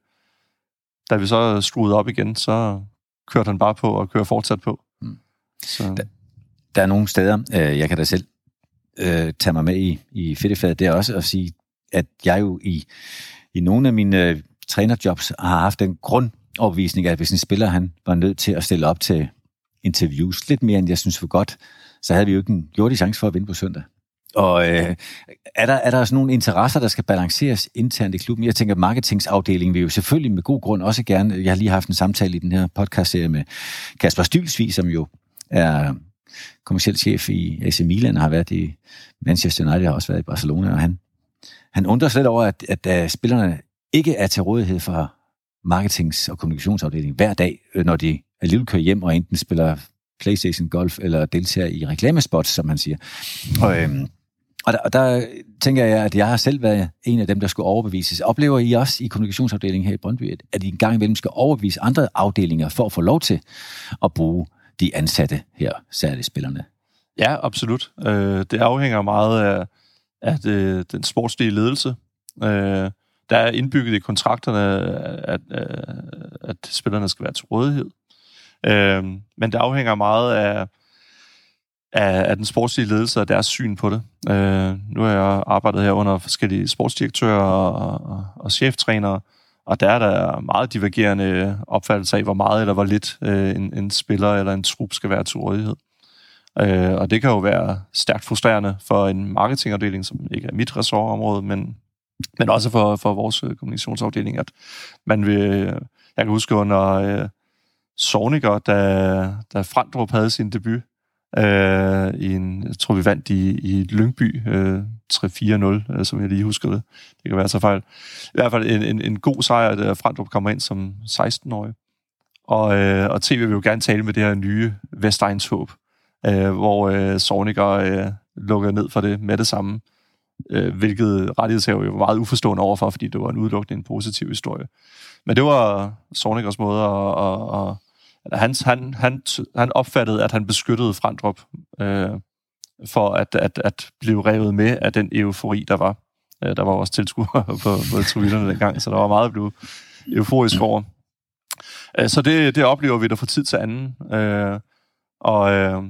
da vi så skruede op igen, så kørte han bare på og kører fortsat på. Mm. Så. Der, der er nogle steder, øh, jeg kan da selv øh, tage mig med i, i fedtefadet, det er også at sige, at jeg jo i, i nogle af mine øh, trænerjobs har haft den grundoverbevisning, at hvis en spiller han var nødt til at stille op til interviews lidt mere, end jeg synes var godt, så havde vi jo ikke en jordig chance for at vinde på søndag. Og øh, er, der, er der sådan nogle interesser, der skal balanceres internt i klubben? Jeg tænker, marketingsafdelingen vil jo selvfølgelig med god grund også gerne, jeg har lige haft en samtale i den her podcastserie med Kasper Stylsvig, som jo er kommerciel chef i A C Milan, har været i Manchester United, har også været i Barcelona, og han, han undrer sig lidt over, at, at, at spillerne ikke er til rådighed for marketings- og kommunikationsafdelingen hver dag, når de alligevel kører hjem og enten spiller PlayStation Golf eller deltager i reklamespots, som man siger. Og, øhm, og, der, og der tænker jeg, at jeg har selv været en af dem, der skulle overbevises. Oplever I også i kommunikationsafdelingen her i Brøndby, at I en gang imellem skal overbevise andre afdelinger for at få lov til at bruge de ansatte her, særligt spillerne? Ja, absolut. Øh, det afhænger meget af, af det, den sportslige ledelse. Øh, der er indbygget i kontrakterne, at, at, at spillerne skal være til rådighed. Øh, men det afhænger meget af, af, af den sportslige ledelse og deres syn på det. Øh, nu har jeg arbejdet her under forskellige sportsdirektører og, og, og cheftrænere, og der er der meget divergerende opfattelse af, hvor meget eller hvor lidt øh, en, en spiller eller en trup skal være til rådighed. Øh, og det kan jo være stærkt frustrerende for en marketingafdeling, som ikke er mit ressortområde, men, men også for, for vores kommunikationsafdeling, at man vil, jeg kan huske under øh, Zorniger, da, da Frandrup havde sin debut, øh, i en, jeg tror vi vandt i, i Lyngby, øh, tre fire nul, øh, som jeg lige husker det. Det kan være så fejl. I hvert fald en, en, en god sejr, da Frandrup kommer ind som seksten-årig. Og, øh, og T V vil jo gerne tale med det her nye Vestegns håb, øh, hvor øh, Zorniger øh, lukker ned for det med det samme, øh, hvilket rettighedshaver jo var meget uforstående overfor, fordi det var en udelukkende en positiv historie. Men det var Zornigers måde at... at, at Han, han, han, han opfattede, at han beskyttede Frandrup øh, for at, at, at blive revet med af den eufori, der var. Øh, der var også tilskuere på, på tribunnerne dengang, så der var meget at blive euforisk over. Øh, så det, det oplever vi der fra tid til anden. Øh, og øh,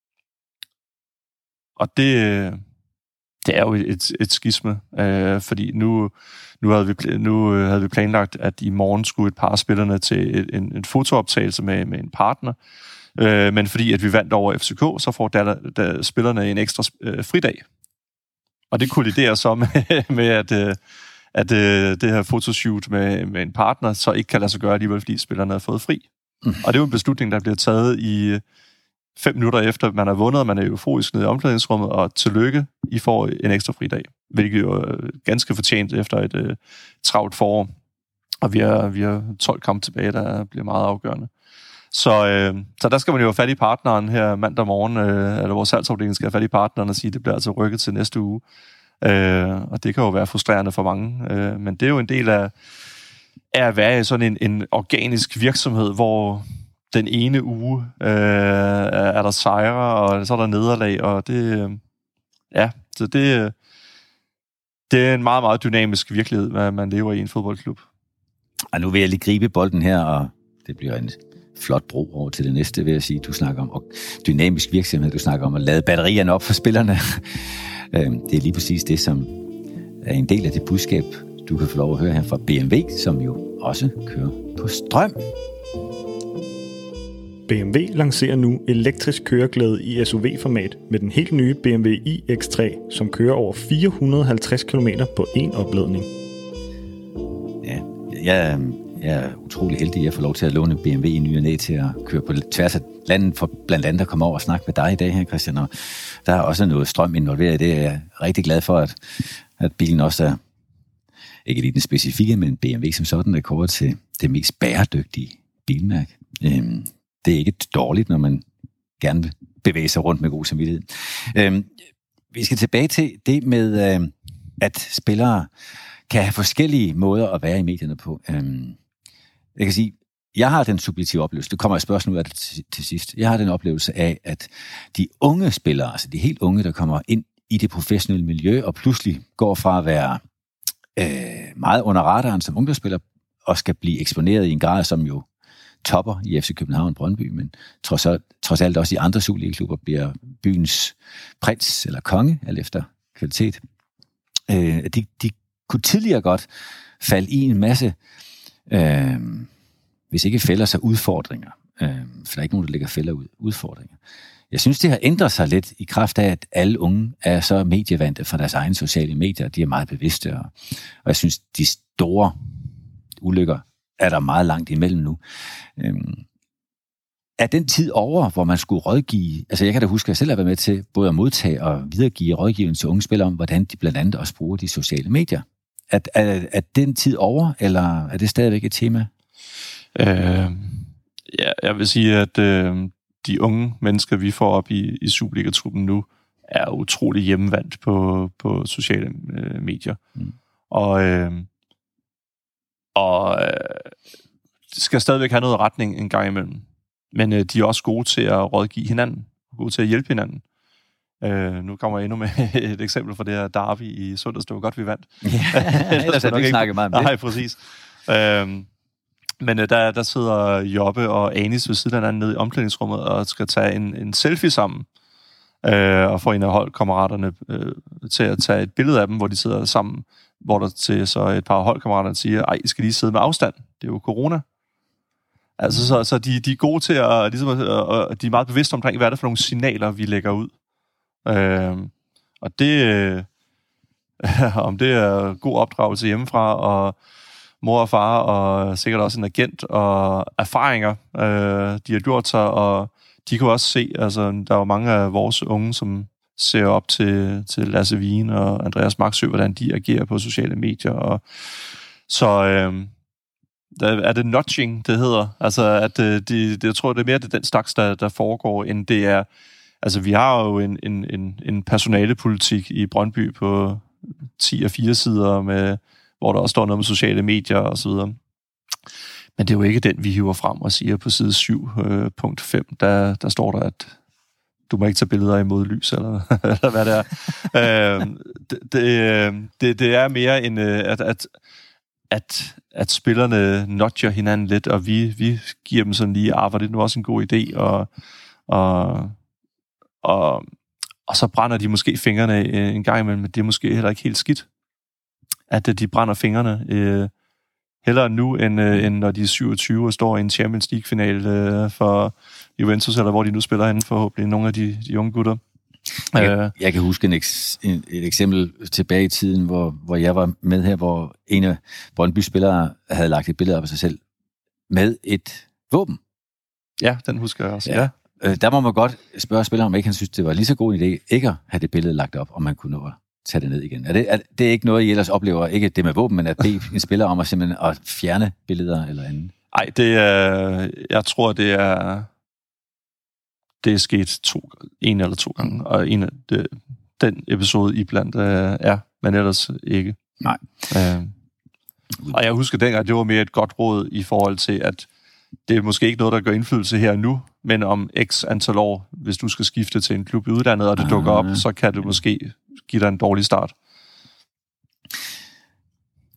og det, det er jo et, et skisme, øh, fordi nu... Nu havde, vi, nu havde vi planlagt, at i morgen skulle et par af spillerne til en, en fotooptagelse med, med en partner. Øh, men fordi at vi vandt over F C K, så får der, der spillerne en ekstra øh, fridag. Og det kolliderer så med, med at, øh, at øh, det her fotoshoot med, med en partner så ikke kan lade sig gøre alligevel, fordi spillerne har fået fri. Mm. Og det er jo en beslutning, der bliver taget i fem minutter efter, man har vundet, og man er euforisk nede i omklædningsrummet, og tillykke, I får en ekstra fridag. Hvilket jo er ganske fortjent efter et øh, travlt forår. Og vi har, vi har tolv kampe tilbage, der bliver meget afgørende. Så, øh, så der skal man jo have fat i partneren her mandag morgen, øh, eller vores salgsafdeling skal have fat i partneren og sige, at det bliver altså rykket til næste uge. Øh, og det kan jo være frustrerende for mange. Øh, men det er jo en del af, af at være i sådan en, en organisk virksomhed, hvor den ene uge øh, er der sejre, og så er der nederlag, og det... Øh, ja, så det... det er en meget, meget dynamisk virkelighed, hvad man lever i en fodboldklub. Og nu vil jeg lige gribe bolden her, og det bliver en flot bro over til det næste, vil jeg sige. Du snakker om og dynamisk virksomhed, du snakker om at lade batterierne op for spillerne. Det er lige præcis det, som er en del af det budskab, du kan få lov at høre her fra B M W, som jo også kører på strøm. B M W lancerer nu elektrisk køreglæde i S U V-format med den helt nye B M W i X tre, som kører over fire hundrede og halvtreds kilometer på én opladning. Ja, jeg, jeg er utrolig heldig, at jeg får lov til at låne B M W i ny og næ til at køre på tværs af landet, for blandt andet at komme over og snakke med dig i dag her, Christian. Og der er også noget strøm involveret i det. Jeg er rigtig glad for, at, at bilen også er, ikke lige den specifikke, men B M W som sådan, der kommer til det mest bæredygtige bilmærke. Øhm, det er ikke dårligt, når man gerne vil bevæge sig rundt med god samvittighed. Øhm, vi skal tilbage til det med, øh, at spillere kan have forskellige måder at være i medierne på. Øhm, jeg kan sige, jeg har den subjektive oplevelse, det kommer et spørgsmål ud af det til, til sidst, jeg har den oplevelse af, at de unge spillere, altså de helt unge, der kommer ind i det professionelle miljø, og pludselig går fra at være øh, meget under radaren som ungdomsspiller, og skal blive eksponeret i en grad, som jo topper i F C København og Brøndby, men trods, trods alt også i andre Superliga-klubber bliver byens prins eller konge, alt efter kvalitet. Øh, de, de kunne tidligere godt falde i en masse, øh, hvis ikke fælder sig udfordringer, øh, for der er ikke nogen, der lægger fælder ud, udfordringer. Jeg synes, det har ændret sig lidt i kraft af, at alle unge er så medievante fra deres egne sociale medier, de er meget bevidste, og, og jeg synes, de store ulykker er der meget langt imellem nu. Øhm, er den tid over, hvor man skulle rådgive, altså jeg kan da huske, at jeg selv har været med til både at modtage og videregive rådgivning til unge spillere om, hvordan de blandt andet også bruger de sociale medier. Er, er, er den tid over, eller er det stadigvæk et tema? Øh, ja, jeg vil sige, at øh, de unge mennesker, vi får op i, i Superliga-truppen nu, er utrolig hjemmevandt på, på sociale øh, medier. Mm. Og øh, og øh, skal stadigvæk have noget retning en gang imellem. Men øh, de er også gode til at rådgive hinanden, gode til at hjælpe hinanden. Øh, nu kommer jeg endnu med et eksempel fra det her derby i søndags. Det var godt, vi vandt. Ja, ellers har du ikke snakket meget om det. Nej, præcis. Øh, men øh, der, der sidder Jobbe og Anis ved siden af hinanden nede i omklædningsrummet og skal tage en, en selfie sammen. Øh, og få en af holdkammeraterne øh, til at tage et billede af dem, hvor de sidder sammen, hvor der til så et par holdkammerater siger, ej, I skal lige sidde med afstand. Det er jo corona. Altså, så, så de, de er gode til at, ligesom, og de er meget bevidste omkring, hvad er det for nogle signaler, vi lægger ud. Øh, og det, øh, om det er god opdragelse hjemmefra, og mor og far, og sikkert også en agent, og erfaringer, øh, de har gjort sig, og de kan også se, altså, der er jo mange af vores unge, som ser op til, til Lasse Wien og Andreas Maxø, hvordan de agerer på sociale medier. Og så øh, der er det nudging, det hedder. Altså, at de, de, jeg tror, det er mere det den slags, der, der foregår, end det er... Altså, vi har jo en, en, en, en personalepolitik i Brøndby på ti og fire sider, med, hvor der også står noget med sociale medier og så videre. Men det er jo ikke den, vi hiver frem og siger på side syv punkt fem. Der, der står der, at du må ikke tage billeder i modlys, eller, eller hvad det er. øh, det, det, det, det er mere en, at, at, at, at spillerne nudger hinanden lidt, og vi, vi giver dem sådan lige, ah, var det nu også en god idé, og, og, og, og så brænder de måske fingrene en gang imellem, men det er måske heller ikke helt skidt, at de brænder fingrene øh, hellere nu, end, øh, end når de er syvogtyve og står i en Champions League-final øh, for Juventus, eller hvor de nu spiller henne, forhåbentlig nogle af de, de unge gutter. Jeg, jeg kan huske en eks, en, et eksempel tilbage i tiden, hvor, hvor jeg var med her, hvor en af Brøndby-spillere havde lagt et billede op af sig selv med et våben. Ja, den husker jeg også. Ja. Ja. Der må man godt spørge spilleren, om ikke han synes, det var lige så god en idé ikke at have det billede lagt op, om man kunne nå at tage det ned igen. Er det, er det er ikke noget, I ellers oplever, ikke det med våben, men at bede en spiller om at simpelthen at fjerne billeder eller andet? Nej, det er, jeg tror, det er, det er sket to, en eller to gange, og en af det, den episode iblandt øh, er, men ellers ikke. Nej. Øh, og jeg husker dengang, det var mere et godt råd i forhold til, at det er måske ikke noget, der gør indflydelse her nu, men om x antal år, hvis du skal skifte til en klub i udlandet, og det dukker op, så kan det måske give dig en dårlig start.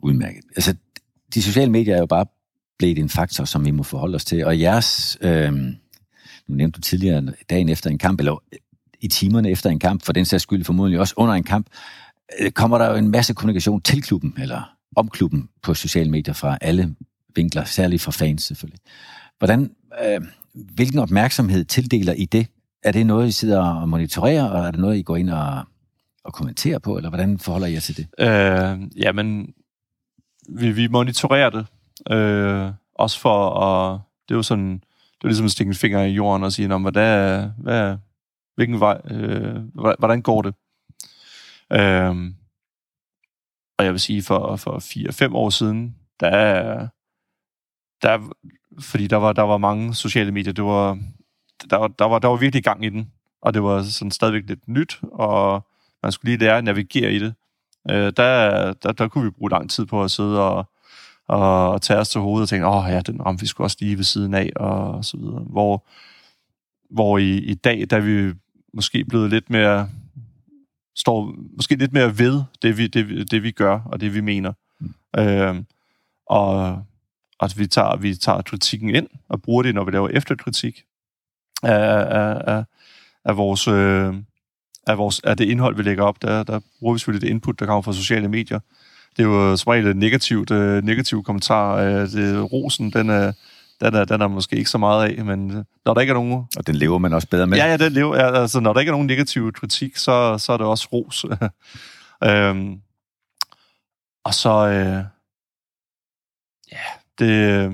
udmærket. Altså, de sociale medier er jo bare blevet en faktor, som vi må forholde os til, og jeres, øh, nu nævnte du tidligere, dagen efter en kamp, eller i timerne efter en kamp, for den sags skyld formodentlig også under en kamp, øh, kommer der jo en masse kommunikation til klubben, eller om klubben på sociale medier fra alle vinkler, særligt fra fans selvfølgelig. Hvordan, øh, hvilken opmærksomhed tildeler I det? Er det noget, I sidder og monitorerer, og er det noget, I går ind og, og kommenterer på, eller hvordan forholder I jer til det? Øh, jamen, vi, vi monitorerer det, øh, også for at, det er jo sådan, det er ligesom at stikke en finger i jorden og sige, hvad der, hvad, hvilken vej, øh, hvordan går det? Øh, og jeg vil sige, for, for fire-fem år siden, der, der, fordi der var, der var mange sociale medier, det var, der, var, der, var, der var virkelig gang i den, og det var sådan stadigvæk lidt nyt, og man skulle lige lære at navigere i det. Øh, der, der, der kunne vi bruge lang tid på at sidde og, og tage os til hovedet og tænke, åh oh, ja, den ramte vi sgu også lige ved siden af, og så videre. Hvor, hvor i, i dag, der er vi måske blevet lidt mere, står måske lidt mere ved det, vi, det, det, vi gør, og det, vi mener. Mm. Øh, og at vi tager, vi tager kritikken ind, og bruger det, når vi laver efterkritik af, af, af, af vores... Øh, Af, vores, af det indhold, vi lægger op, der, der bruger vi selvfølgelig det input, der kommer fra sociale medier. Det er jo som regel et negativt, uh, negativt kommentar. Uh, det, rosen, den er, den, er, den er måske ikke så meget af, men når der ikke er nogen... Og den lever man også bedre med. Ja, ja, den lever, ja, altså når der ikke er nogen negativ kritik, så, så er det også ros. um, og så... Uh, ja, det,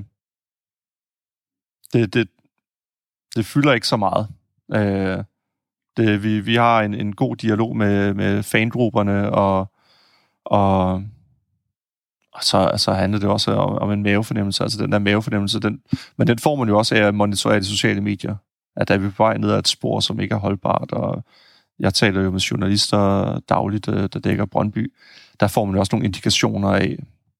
det, det... Det fylder ikke så meget. Uh, Det, vi, vi har en, en god dialog med, med fangrupperne, og, og, og så altså, handler det også om, om en mavefornemmelse, altså den der mavefornemmelse, den, men den får man jo også af at monitorere de sociale medier, at der er vi på vej ned ad et spor, som ikke er holdbart, og jeg taler jo med journalister dagligt, der dækker Brøndby, der får man jo også nogle indikationer af,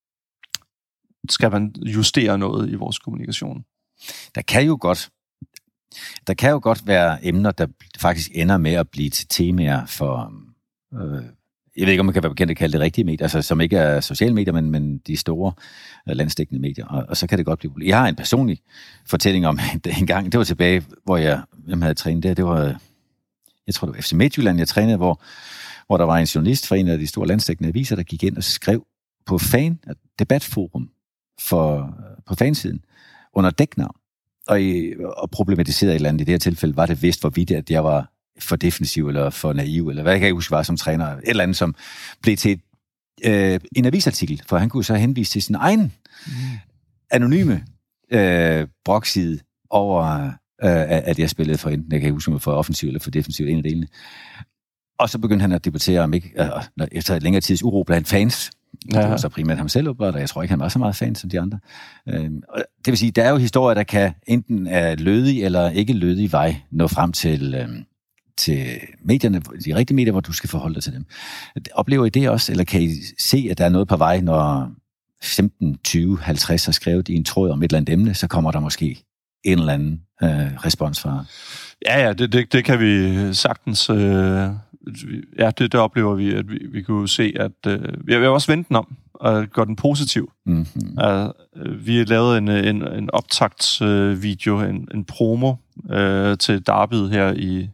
skal man justere noget i vores kommunikation? Der kan jo godt Der kan jo godt være emner, der faktisk ender med at blive til temaer for, øh, jeg ved ikke, om man kan være bekendt at kalde det rigtige medier, altså som ikke er sociale medier, men, men de store øh, landsdækkende medier, og, og så kan det godt blive. Jeg har en personlig fortælling om en gang, det var tilbage, hvor jeg hvem havde trænet der, det var, jeg tror det var F C Midtjylland, jeg trænede, hvor, hvor der var en journalist fra en af de store landsdækkende aviser, der gik ind og skrev på fan, debatforum for, på fansiden, under dæknavn. Og, og problematiseret et eller andet. I det her tilfælde var det vist, hvorvidt at jeg var for defensiv eller for naiv, eller hvad jeg kan ikke huske, var som træner. Et eller andet, som blev til et, øh, en avisartikel, for han kunne så henvise til sin egen mm. anonyme øh, brogside over, øh, at jeg spillede for enten, jeg kan ikke huske, for offensiv eller for defensiv, en af delene. Og så begyndte han at debattere om ikke, øh, efter et længere tids uro blandt fans. Ja. Det var så primært ham selv, og jeg tror ikke, han var så meget fan som de andre. Det vil sige, der er jo historier, der kan enten er lødig eller ikke lødig vej nå frem til, til medierne, de rigtige medier, hvor du skal forholde dig til dem. Oplever I det også, eller kan I se, at der er noget på vej, når femten, tyve, halvtreds har skrevet i en tråd om et eller andet emne, så kommer der måske en eller anden øh, respons fra? Ja, ja, det, det, det kan vi sagtens... Øh Ja, det, det oplever vi, at vi, vi kunne se, at øh, vi har også vendt den om og gøre den positiv. Mm-hmm. Uh, vi har lavet en, en, en optagtsvideo, øh, en, en promo øh, til derbyet her i,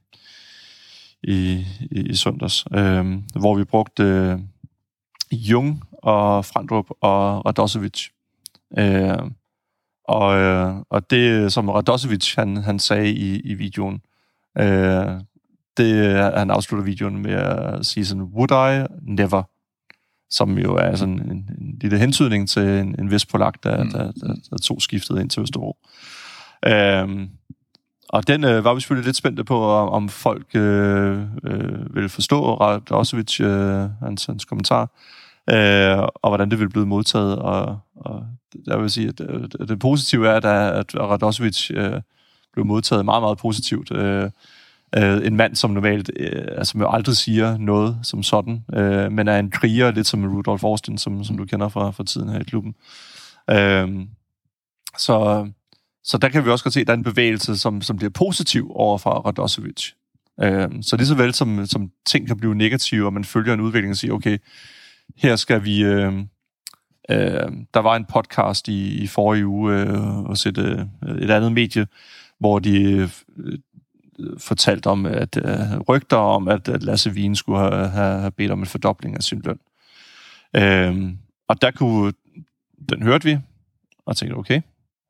i, i, i søndags, øh, hvor vi brugte øh, Jung og Frandrup og Radosevic. Øh, og, øh, og det, som Radosevic han, han sagde i, i videoen, øh, Det, han afslutter videoen med at sige sådan, would I? Never. Som jo er sådan en, en lille hentydning til en, en vis polak, der, mm. der, der, der tog skiftet ind til Østerbro. Øhm, og den øh, var vi selvfølgelig lidt spændte på, om, om folk øh, øh, ville forstå Radosevic, øh, hans, hans kommentar, øh, og hvordan det ville blive modtaget. Og, og jeg vil sige, at det, det positive er, at Radosevic øh, blev modtaget meget, meget positivt. Øh, Uh, en mand, som normalt uh, altså, jo aldrig siger noget som sådan, uh, men er en kriger, lidt som Rudolf Austin, som, som du kender fra, fra tiden her i klubben. Uh, så, så der kan vi også godt se, at der er en bevægelse, som, som bliver positiv over for Radosevic. Uh, så lige så vel som, som ting kan blive negative, og man følger en udvikling og siger, okay, her skal vi, uh, øh, der var en podcast i, i forrige uge øh, hos et, øh, et andet medie, hvor de øh, fortalte om, at øh, rygter om, at, at Lasse Wien skulle have, have bedt om en fordobling af sin løn. Øh, og der kunne, den hørte vi, og tænkte, okay.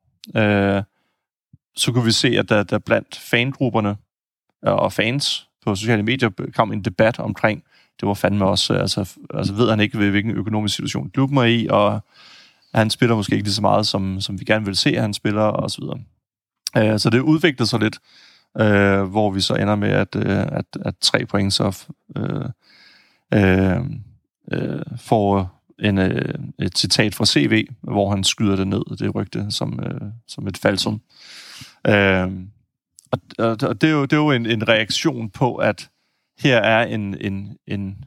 Øh, så kunne vi se, at der, der blandt fangrupperne og fans på sociale medier kom en debat omkring, det var fandme også, altså, altså ved han ikke, hvilken økonomisk situation klubben er i, og han spiller måske ikke lige så meget, som, som vi gerne vil se, at han spiller, og så videre. Øh, så det udviklede sig lidt, øh, hvor vi så ender med, at, øh, at, at tre point så øh, øh, øh, får en, øh, et citat fra C V, hvor han skyder det ned, det rygte, som, øh, som et falsum. Øh, og, og, og det er jo, det er jo en, en reaktion på, at her er en, en, en,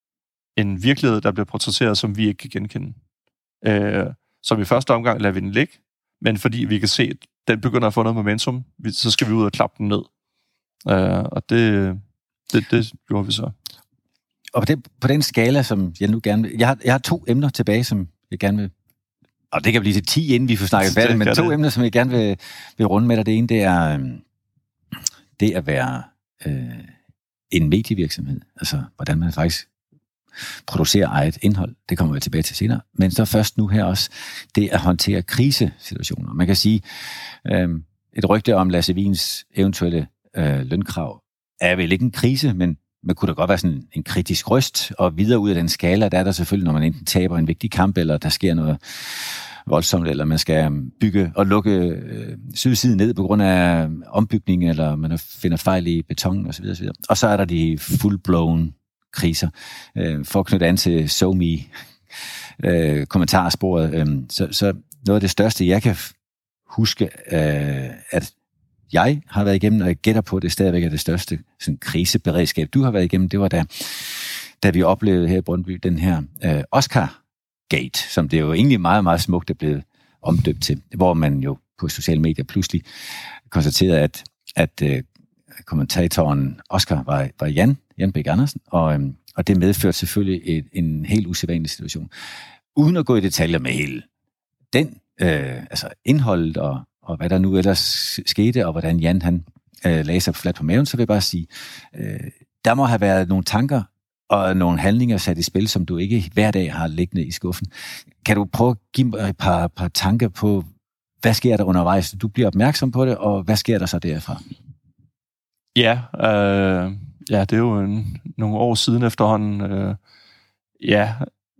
en virkelighed, der bliver portrætteret, som vi ikke kan genkende. Øh, som i første omgang lader vi den ligge, men fordi vi kan se, at den begynder at få noget momentum, så skal vi ud og klappe den ned. Øh, og det, det, det gjorde vi så. Og på den, på den skala, som jeg nu gerne vil... Jeg har, jeg har to emner tilbage, som jeg gerne vil... Og det kan blive til ti, inden vi får snakket færdigt, men to det. emner, som jeg gerne vil, vil runde med dig. Det ene, det er det at være øh, en medievirksomhed. Altså, hvordan man faktisk producerer eget indhold. Det kommer vi tilbage til senere. Men så først nu her også, det at håndtere krisesituationer. Man kan sige, øh, et rygte om Lasse Wiens eventuelle øh, lønkrav er vel ikke en krise, men man kunne da godt være sådan en kritisk røst, og videre ud af den skala, der er der selvfølgelig, når man enten taber en vigtig kamp, eller der sker noget voldsomt, eller man skal bygge og lukke øh, sydsiden ned på grund af ombygning, eller man finder fejl i beton, osv. osv. Og så er der de full-blown kriser. Øh, for at knytte an til SoMe øh, kommentarsporet, øh, så, så noget af det største, jeg kan huske, øh, at jeg har været igennem, og jeg gætter på, at det stadigvæk er det største sådan, kriseberedskab, du har været igennem, det var da, da vi oplevede her i Brøndby den her øh, Oscar-gate, som det jo egentlig meget, meget smukt er blevet omdøbt til, hvor man jo på sociale medier pludselig konstaterede, at, at øh, kommentatoren Oscar var, var Jan, Jan Bæk Andersen, og, øh, og det medførte selvfølgelig et, en helt usædvanlig situation. Uden at gå i detaljer med hele den, øh, altså indholdet og og hvad der nu ellers skete, og hvordan Jan han øh, lagde sig fladt på maven, så vil jeg bare sige, øh, der må have været nogle tanker og nogle handlinger sat i spil, som du ikke hver dag har liggende i skuffen. Kan du prøve at give mig et par, par tanker på, hvad sker der undervejs? Du bliver opmærksom på det, og hvad sker der så derfra? Ja, øh, ja det er jo en, nogle år siden efterhånden. Øh, ja,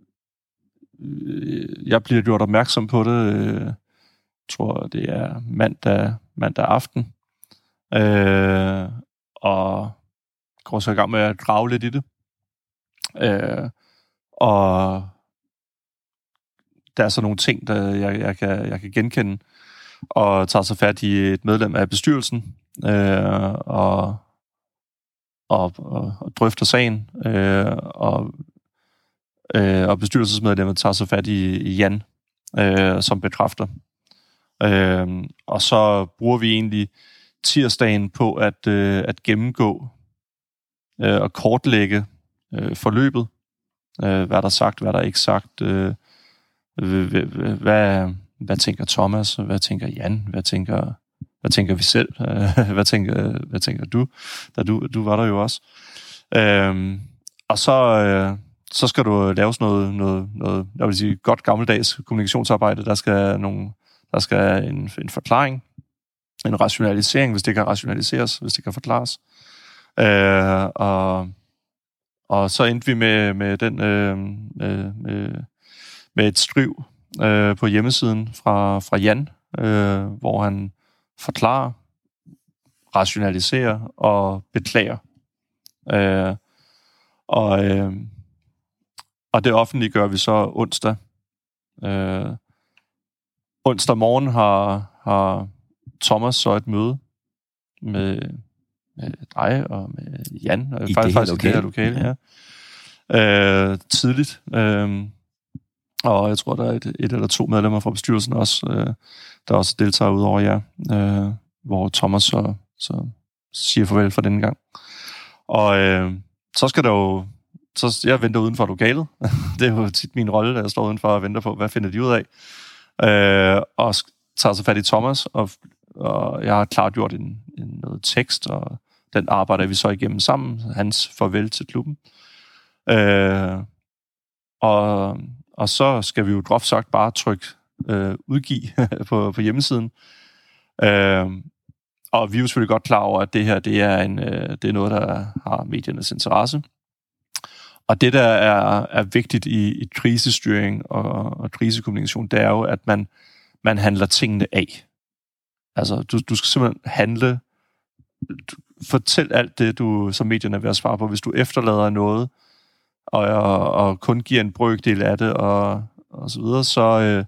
jeg bliver gjort opmærksom på det, øh, jeg tror, det er mandag, mandag aften. Øh, og går så i gang med at grave lidt i det. Øh, og der er så nogle ting, der jeg, jeg, kan, jeg kan genkende, og tager så fat i et medlem af bestyrelsen, øh, og, og, og, og drøfter sagen, øh, og, øh, og bestyrelsesmedlemmet tager så fat i, i Jan, øh, som bekræfter. Øh, og så bruger vi egentlig tirsdagen på at, øh, at gennemgå øh, og kortlægge øh, forløbet. Øh, hvad der er sagt, hvad der er ikke sagt. Øh, hvad, hvad tænker Thomas? Hvad tænker Jan? Hvad tænker, hvad tænker vi selv? hvad, tænker, hvad tænker du? Da du, du var der jo også. Øh, og så, øh, så skal du laves noget, noget, noget jeg vil sige, godt gammeldags kommunikationsarbejde. Der skal nogle Der skal en, en forklaring, en rationalisering, hvis det kan rationaliseres, hvis det kan forklares. Øh, og, og så endte vi med, med, den, øh, med, med et skriv øh, på hjemmesiden fra, fra Jan, øh, hvor han forklarer, rationaliserer og beklager. Øh, og, øh, og det offentliggør vi så onsdag. Øh, Onsdag morgen har, har Thomas så et møde med, med dig og med Jan. I faktisk, det faktisk lokale. I det her lokale, ja. Øh, tidligt. Øh, og jeg tror, der er et, et eller to medlemmer fra bestyrelsen også, øh, der også deltager ud over jer, øh, hvor Thomas så, så siger farvel for denne gang. Og øh, så skal der jo så jeg venter uden for lokalet. Det er jo tit min rolle, der jeg står udenfor og venter på, hvad finder de ud af. Øh, og tager så fat i Thomas, og, og jeg har klart gjort en, en, noget tekst, og den arbejder vi så igennem sammen. Hans farvel til klubben. Øh, og, og så skal vi jo groft sagt bare trykke øh, udgive på, på hjemmesiden. Øh, og vi er jo selvfølgelig godt klar over, at det her det er, en, øh, det er noget, der har mediernes interesse. Og det, der er, er vigtigt i, i krisestyring og, og krisekommunikation, det er jo, at man, man handler tingene af. Altså, du, du skal simpelthen handle. Fortæl alt det, du som medierne vil svare på. Hvis du efterlader noget, og, og, og kun giver en brøkdel af det, og, og så videre, så, øh,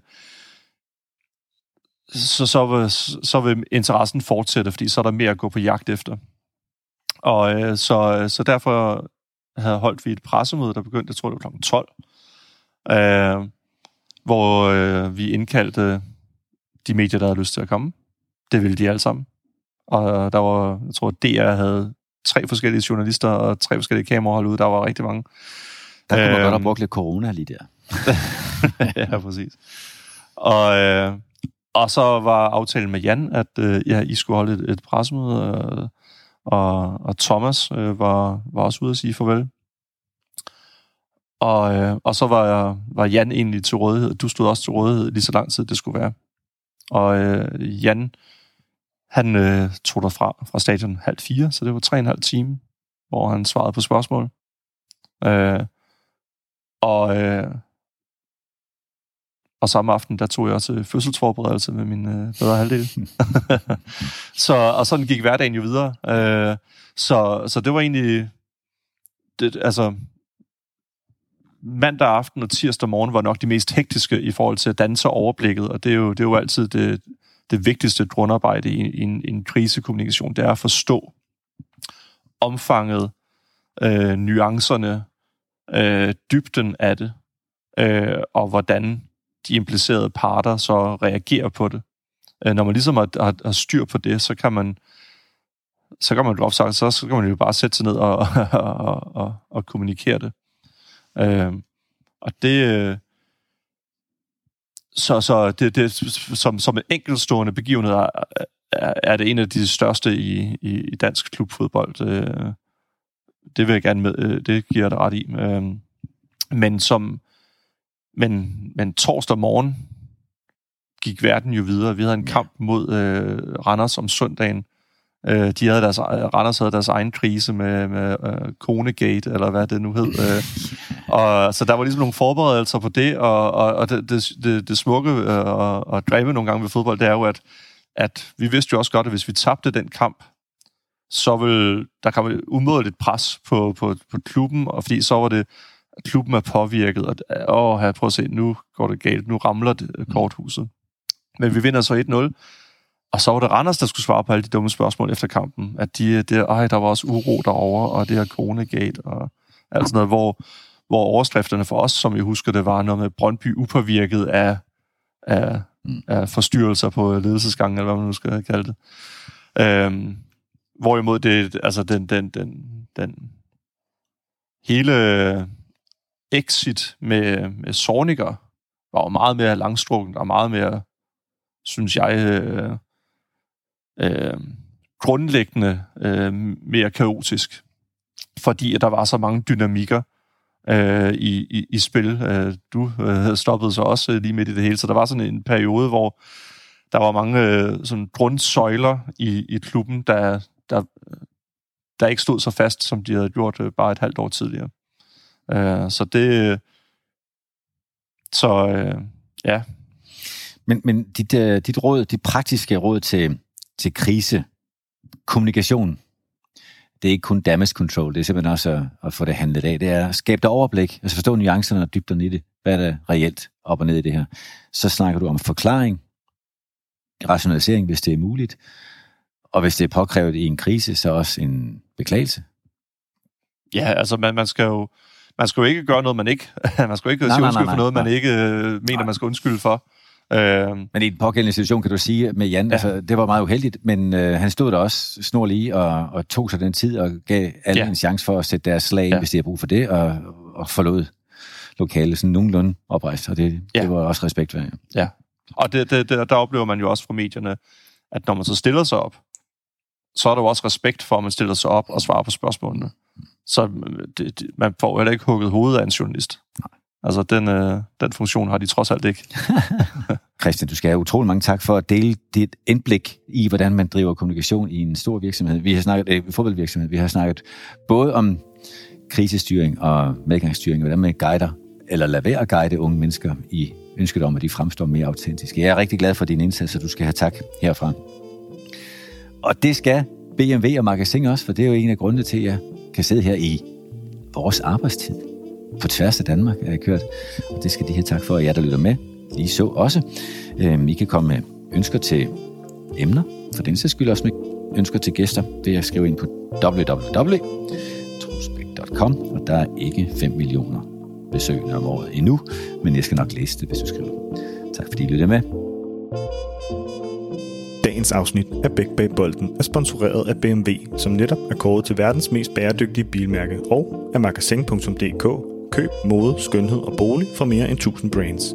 så, så, vil, så vil interessen fortsætte, fordi så er der mere at gå på jagt efter. Og øh, så, så derfor havde holdt vi et pressemøde, der begyndte, jeg tror det var klokken tolv, øh, hvor øh, vi indkaldte de medier, der havde lyst til at komme. Det ville de alle sammen. Og der var, jeg tror, D R havde tre forskellige journalister og tre forskellige kamerahold ude. Der var rigtig mange. Der kunne man øh, godt have brugt lidt corona lige der. Ja, præcis. Og, øh, og så var aftalen med Jan, at øh, ja, I skulle holde et, et pressemøde, øh, og, og Thomas øh, var, var også ude at sige farvel. Og, øh, og så var, var Jan egentlig til rådighed. Du stod også til rådighed lige så lang tid, det skulle være. Og øh, Jan, han øh, tog derfra fra stadion halv fire, så det var tre og en halv time, hvor han svarede på spørgsmål. Øh, og, øh, og samme aften, der tog jeg også fødselsforberedelse med min øh, bedre halvdel. så, og sådan gik hverdagen jo videre. Øh, så, så det var egentlig... Det, altså, mandag aften og tirsdag morgen var nok de mest hektiske i forhold til at danse overblikket, og det er jo, det er jo altid det, det vigtigste grundarbejde i, i, en, i en krisekommunikation, det er at forstå omfanget, øh, nuancerne, øh, dybden af det, øh, og hvordan de implicerede parter så reagerer på det. Øh, når man ligesom har, har, har styr på det, så kan man så kan man jo opsagt, så, så kan man jo bare sætte sig ned og, og, og, og, og kommunikere det. Øh, og det så, så det, det som, som en enkeltstående begivenhed er, er, er det en af de største i, i, i dansk klubfodbold. Øh, det vil jeg gerne med, det giver jeg dig ret i. Øh, men som men, men torsdag morgen gik verden jo videre. Vi havde en kamp mod øh, Randers om søndagen. Øh, de havde deres, Randers havde deres egen krise med, med øh, Konegate, eller hvad det nu hed. Øh, og, så der var ligesom nogle forberedelser på det, og, og, og det, det, det smukke øh, og, og drame nogle gange ved fodbold, det er jo, at, at vi vidste jo også godt, at hvis vi tabte den kamp, så ville der komme umådeligt pres på, på, på klubben, og fordi så var det, klubben er påvirket, og åh, her, prøv at se, nu går det galt, nu ramler det korthuset. Men vi vinder så et nul, og så var det Randers, der skulle svare på alle de dumme spørgsmål efter kampen, at de, det, ej, der var også uro derovre, og det her Konegate, og alt sådan noget, hvor, hvor overskrifterne for os, som jeg husker, det var noget med Brøndby upåvirket af, af, mm. af forstyrrelser på ledelsesgangen, eller hvad man nu skal kalde det. Øhm, hvorimod det, altså den, den, den, den hele exit med, med Zorniger var jo meget mere langstrukken, og meget mere, synes jeg, øh, øh, grundlæggende øh, mere kaotisk. Fordi at der var så mange dynamikker øh, i, i, i spil. Øh, du øh, stoppede så også lige midt i det hele, så der var sådan en periode, hvor der var mange øh, sådan grundsøjler i, i klubben, der, der, der ikke stod så fast, som de havde gjort øh, bare et halvt år tidligere. Øh, så det... Så øh, ja... Men, men dit, uh, dit råd, dit praktiske råd til, til krise, kommunikation, det er ikke kun damage control, det er simpelthen også at, at få det handlet af. Det er at skabe dig overblik, altså forstå nuancerne og dybden i det. Hvad er det reelt op og ned i det her? Så snakker du om forklaring, rationalisering, hvis det er muligt, og hvis det er påkrævet i en krise, så også en beklagelse. Ja, altså man, man skal jo man skal jo ikke gøre noget, man ikke... man skal jo ikke sige undskyld for noget, man ikke øh, mener, nej. man skal undskylde for. Øh, men i den pågældende situation, kan du sige, med Jan, ja. altså, det var meget uheldigt, men øh, han stod der også snorlige og, og tog sig den tid og gav alle ja. en chance for at sætte deres slag ind, ja. hvis de har brug for det, og, og forlod lokalet sådan nogenlunde oprejst, og det, ja. det var også respekt værd. Ja, og det, det, det, der oplever man jo også fra medierne, at når man så stiller sig op, så er der jo også respekt for, at man stiller sig op og svarer på spørgsmålene. Så det, det, man får heller ikke hugget hovedet af en journalist. Nej. Altså, den, øh, den funktion har de trods alt ikke. Christian, du skal have utrolig mange tak for at dele dit indblik i, hvordan man driver kommunikation i en stor virksomhed. Vi har snakket, øh, fodboldvirksomhed, vi har snakket både om krisestyring og medgangsstyring, hvordan man guider, eller lader være at guide unge mennesker i ønsket om, at de fremstår mere autentiske. Jeg er rigtig glad for din indsats, og du skal have tak herfra. Og det skal B M W og Magasin også, for det er jo en af grundene til, at jeg kan sidde her i vores arbejdstid. På tværs af Danmark er jeg kørt, og det skal de have tak for, at jer, der lytter med, lige så også. Øhm, I kan komme med ønsker til emner, for den sags skyld også med ønsker til gæster, det er at skrive ind på w w w punktum troelsbæk punktum com, og der er ikke fem millioner besøgende om året endnu, men jeg skal nok læse det, hvis du skriver. Tak fordi I lytter med. Dagens afsnit af Bæk bag bolden er sponsoreret af B M W, som netop er kåret til verdens mest bæredygtige bilmærke, og af magasin punktum d k. Køb, mode, skønhed og bolig for mere end tusind brands.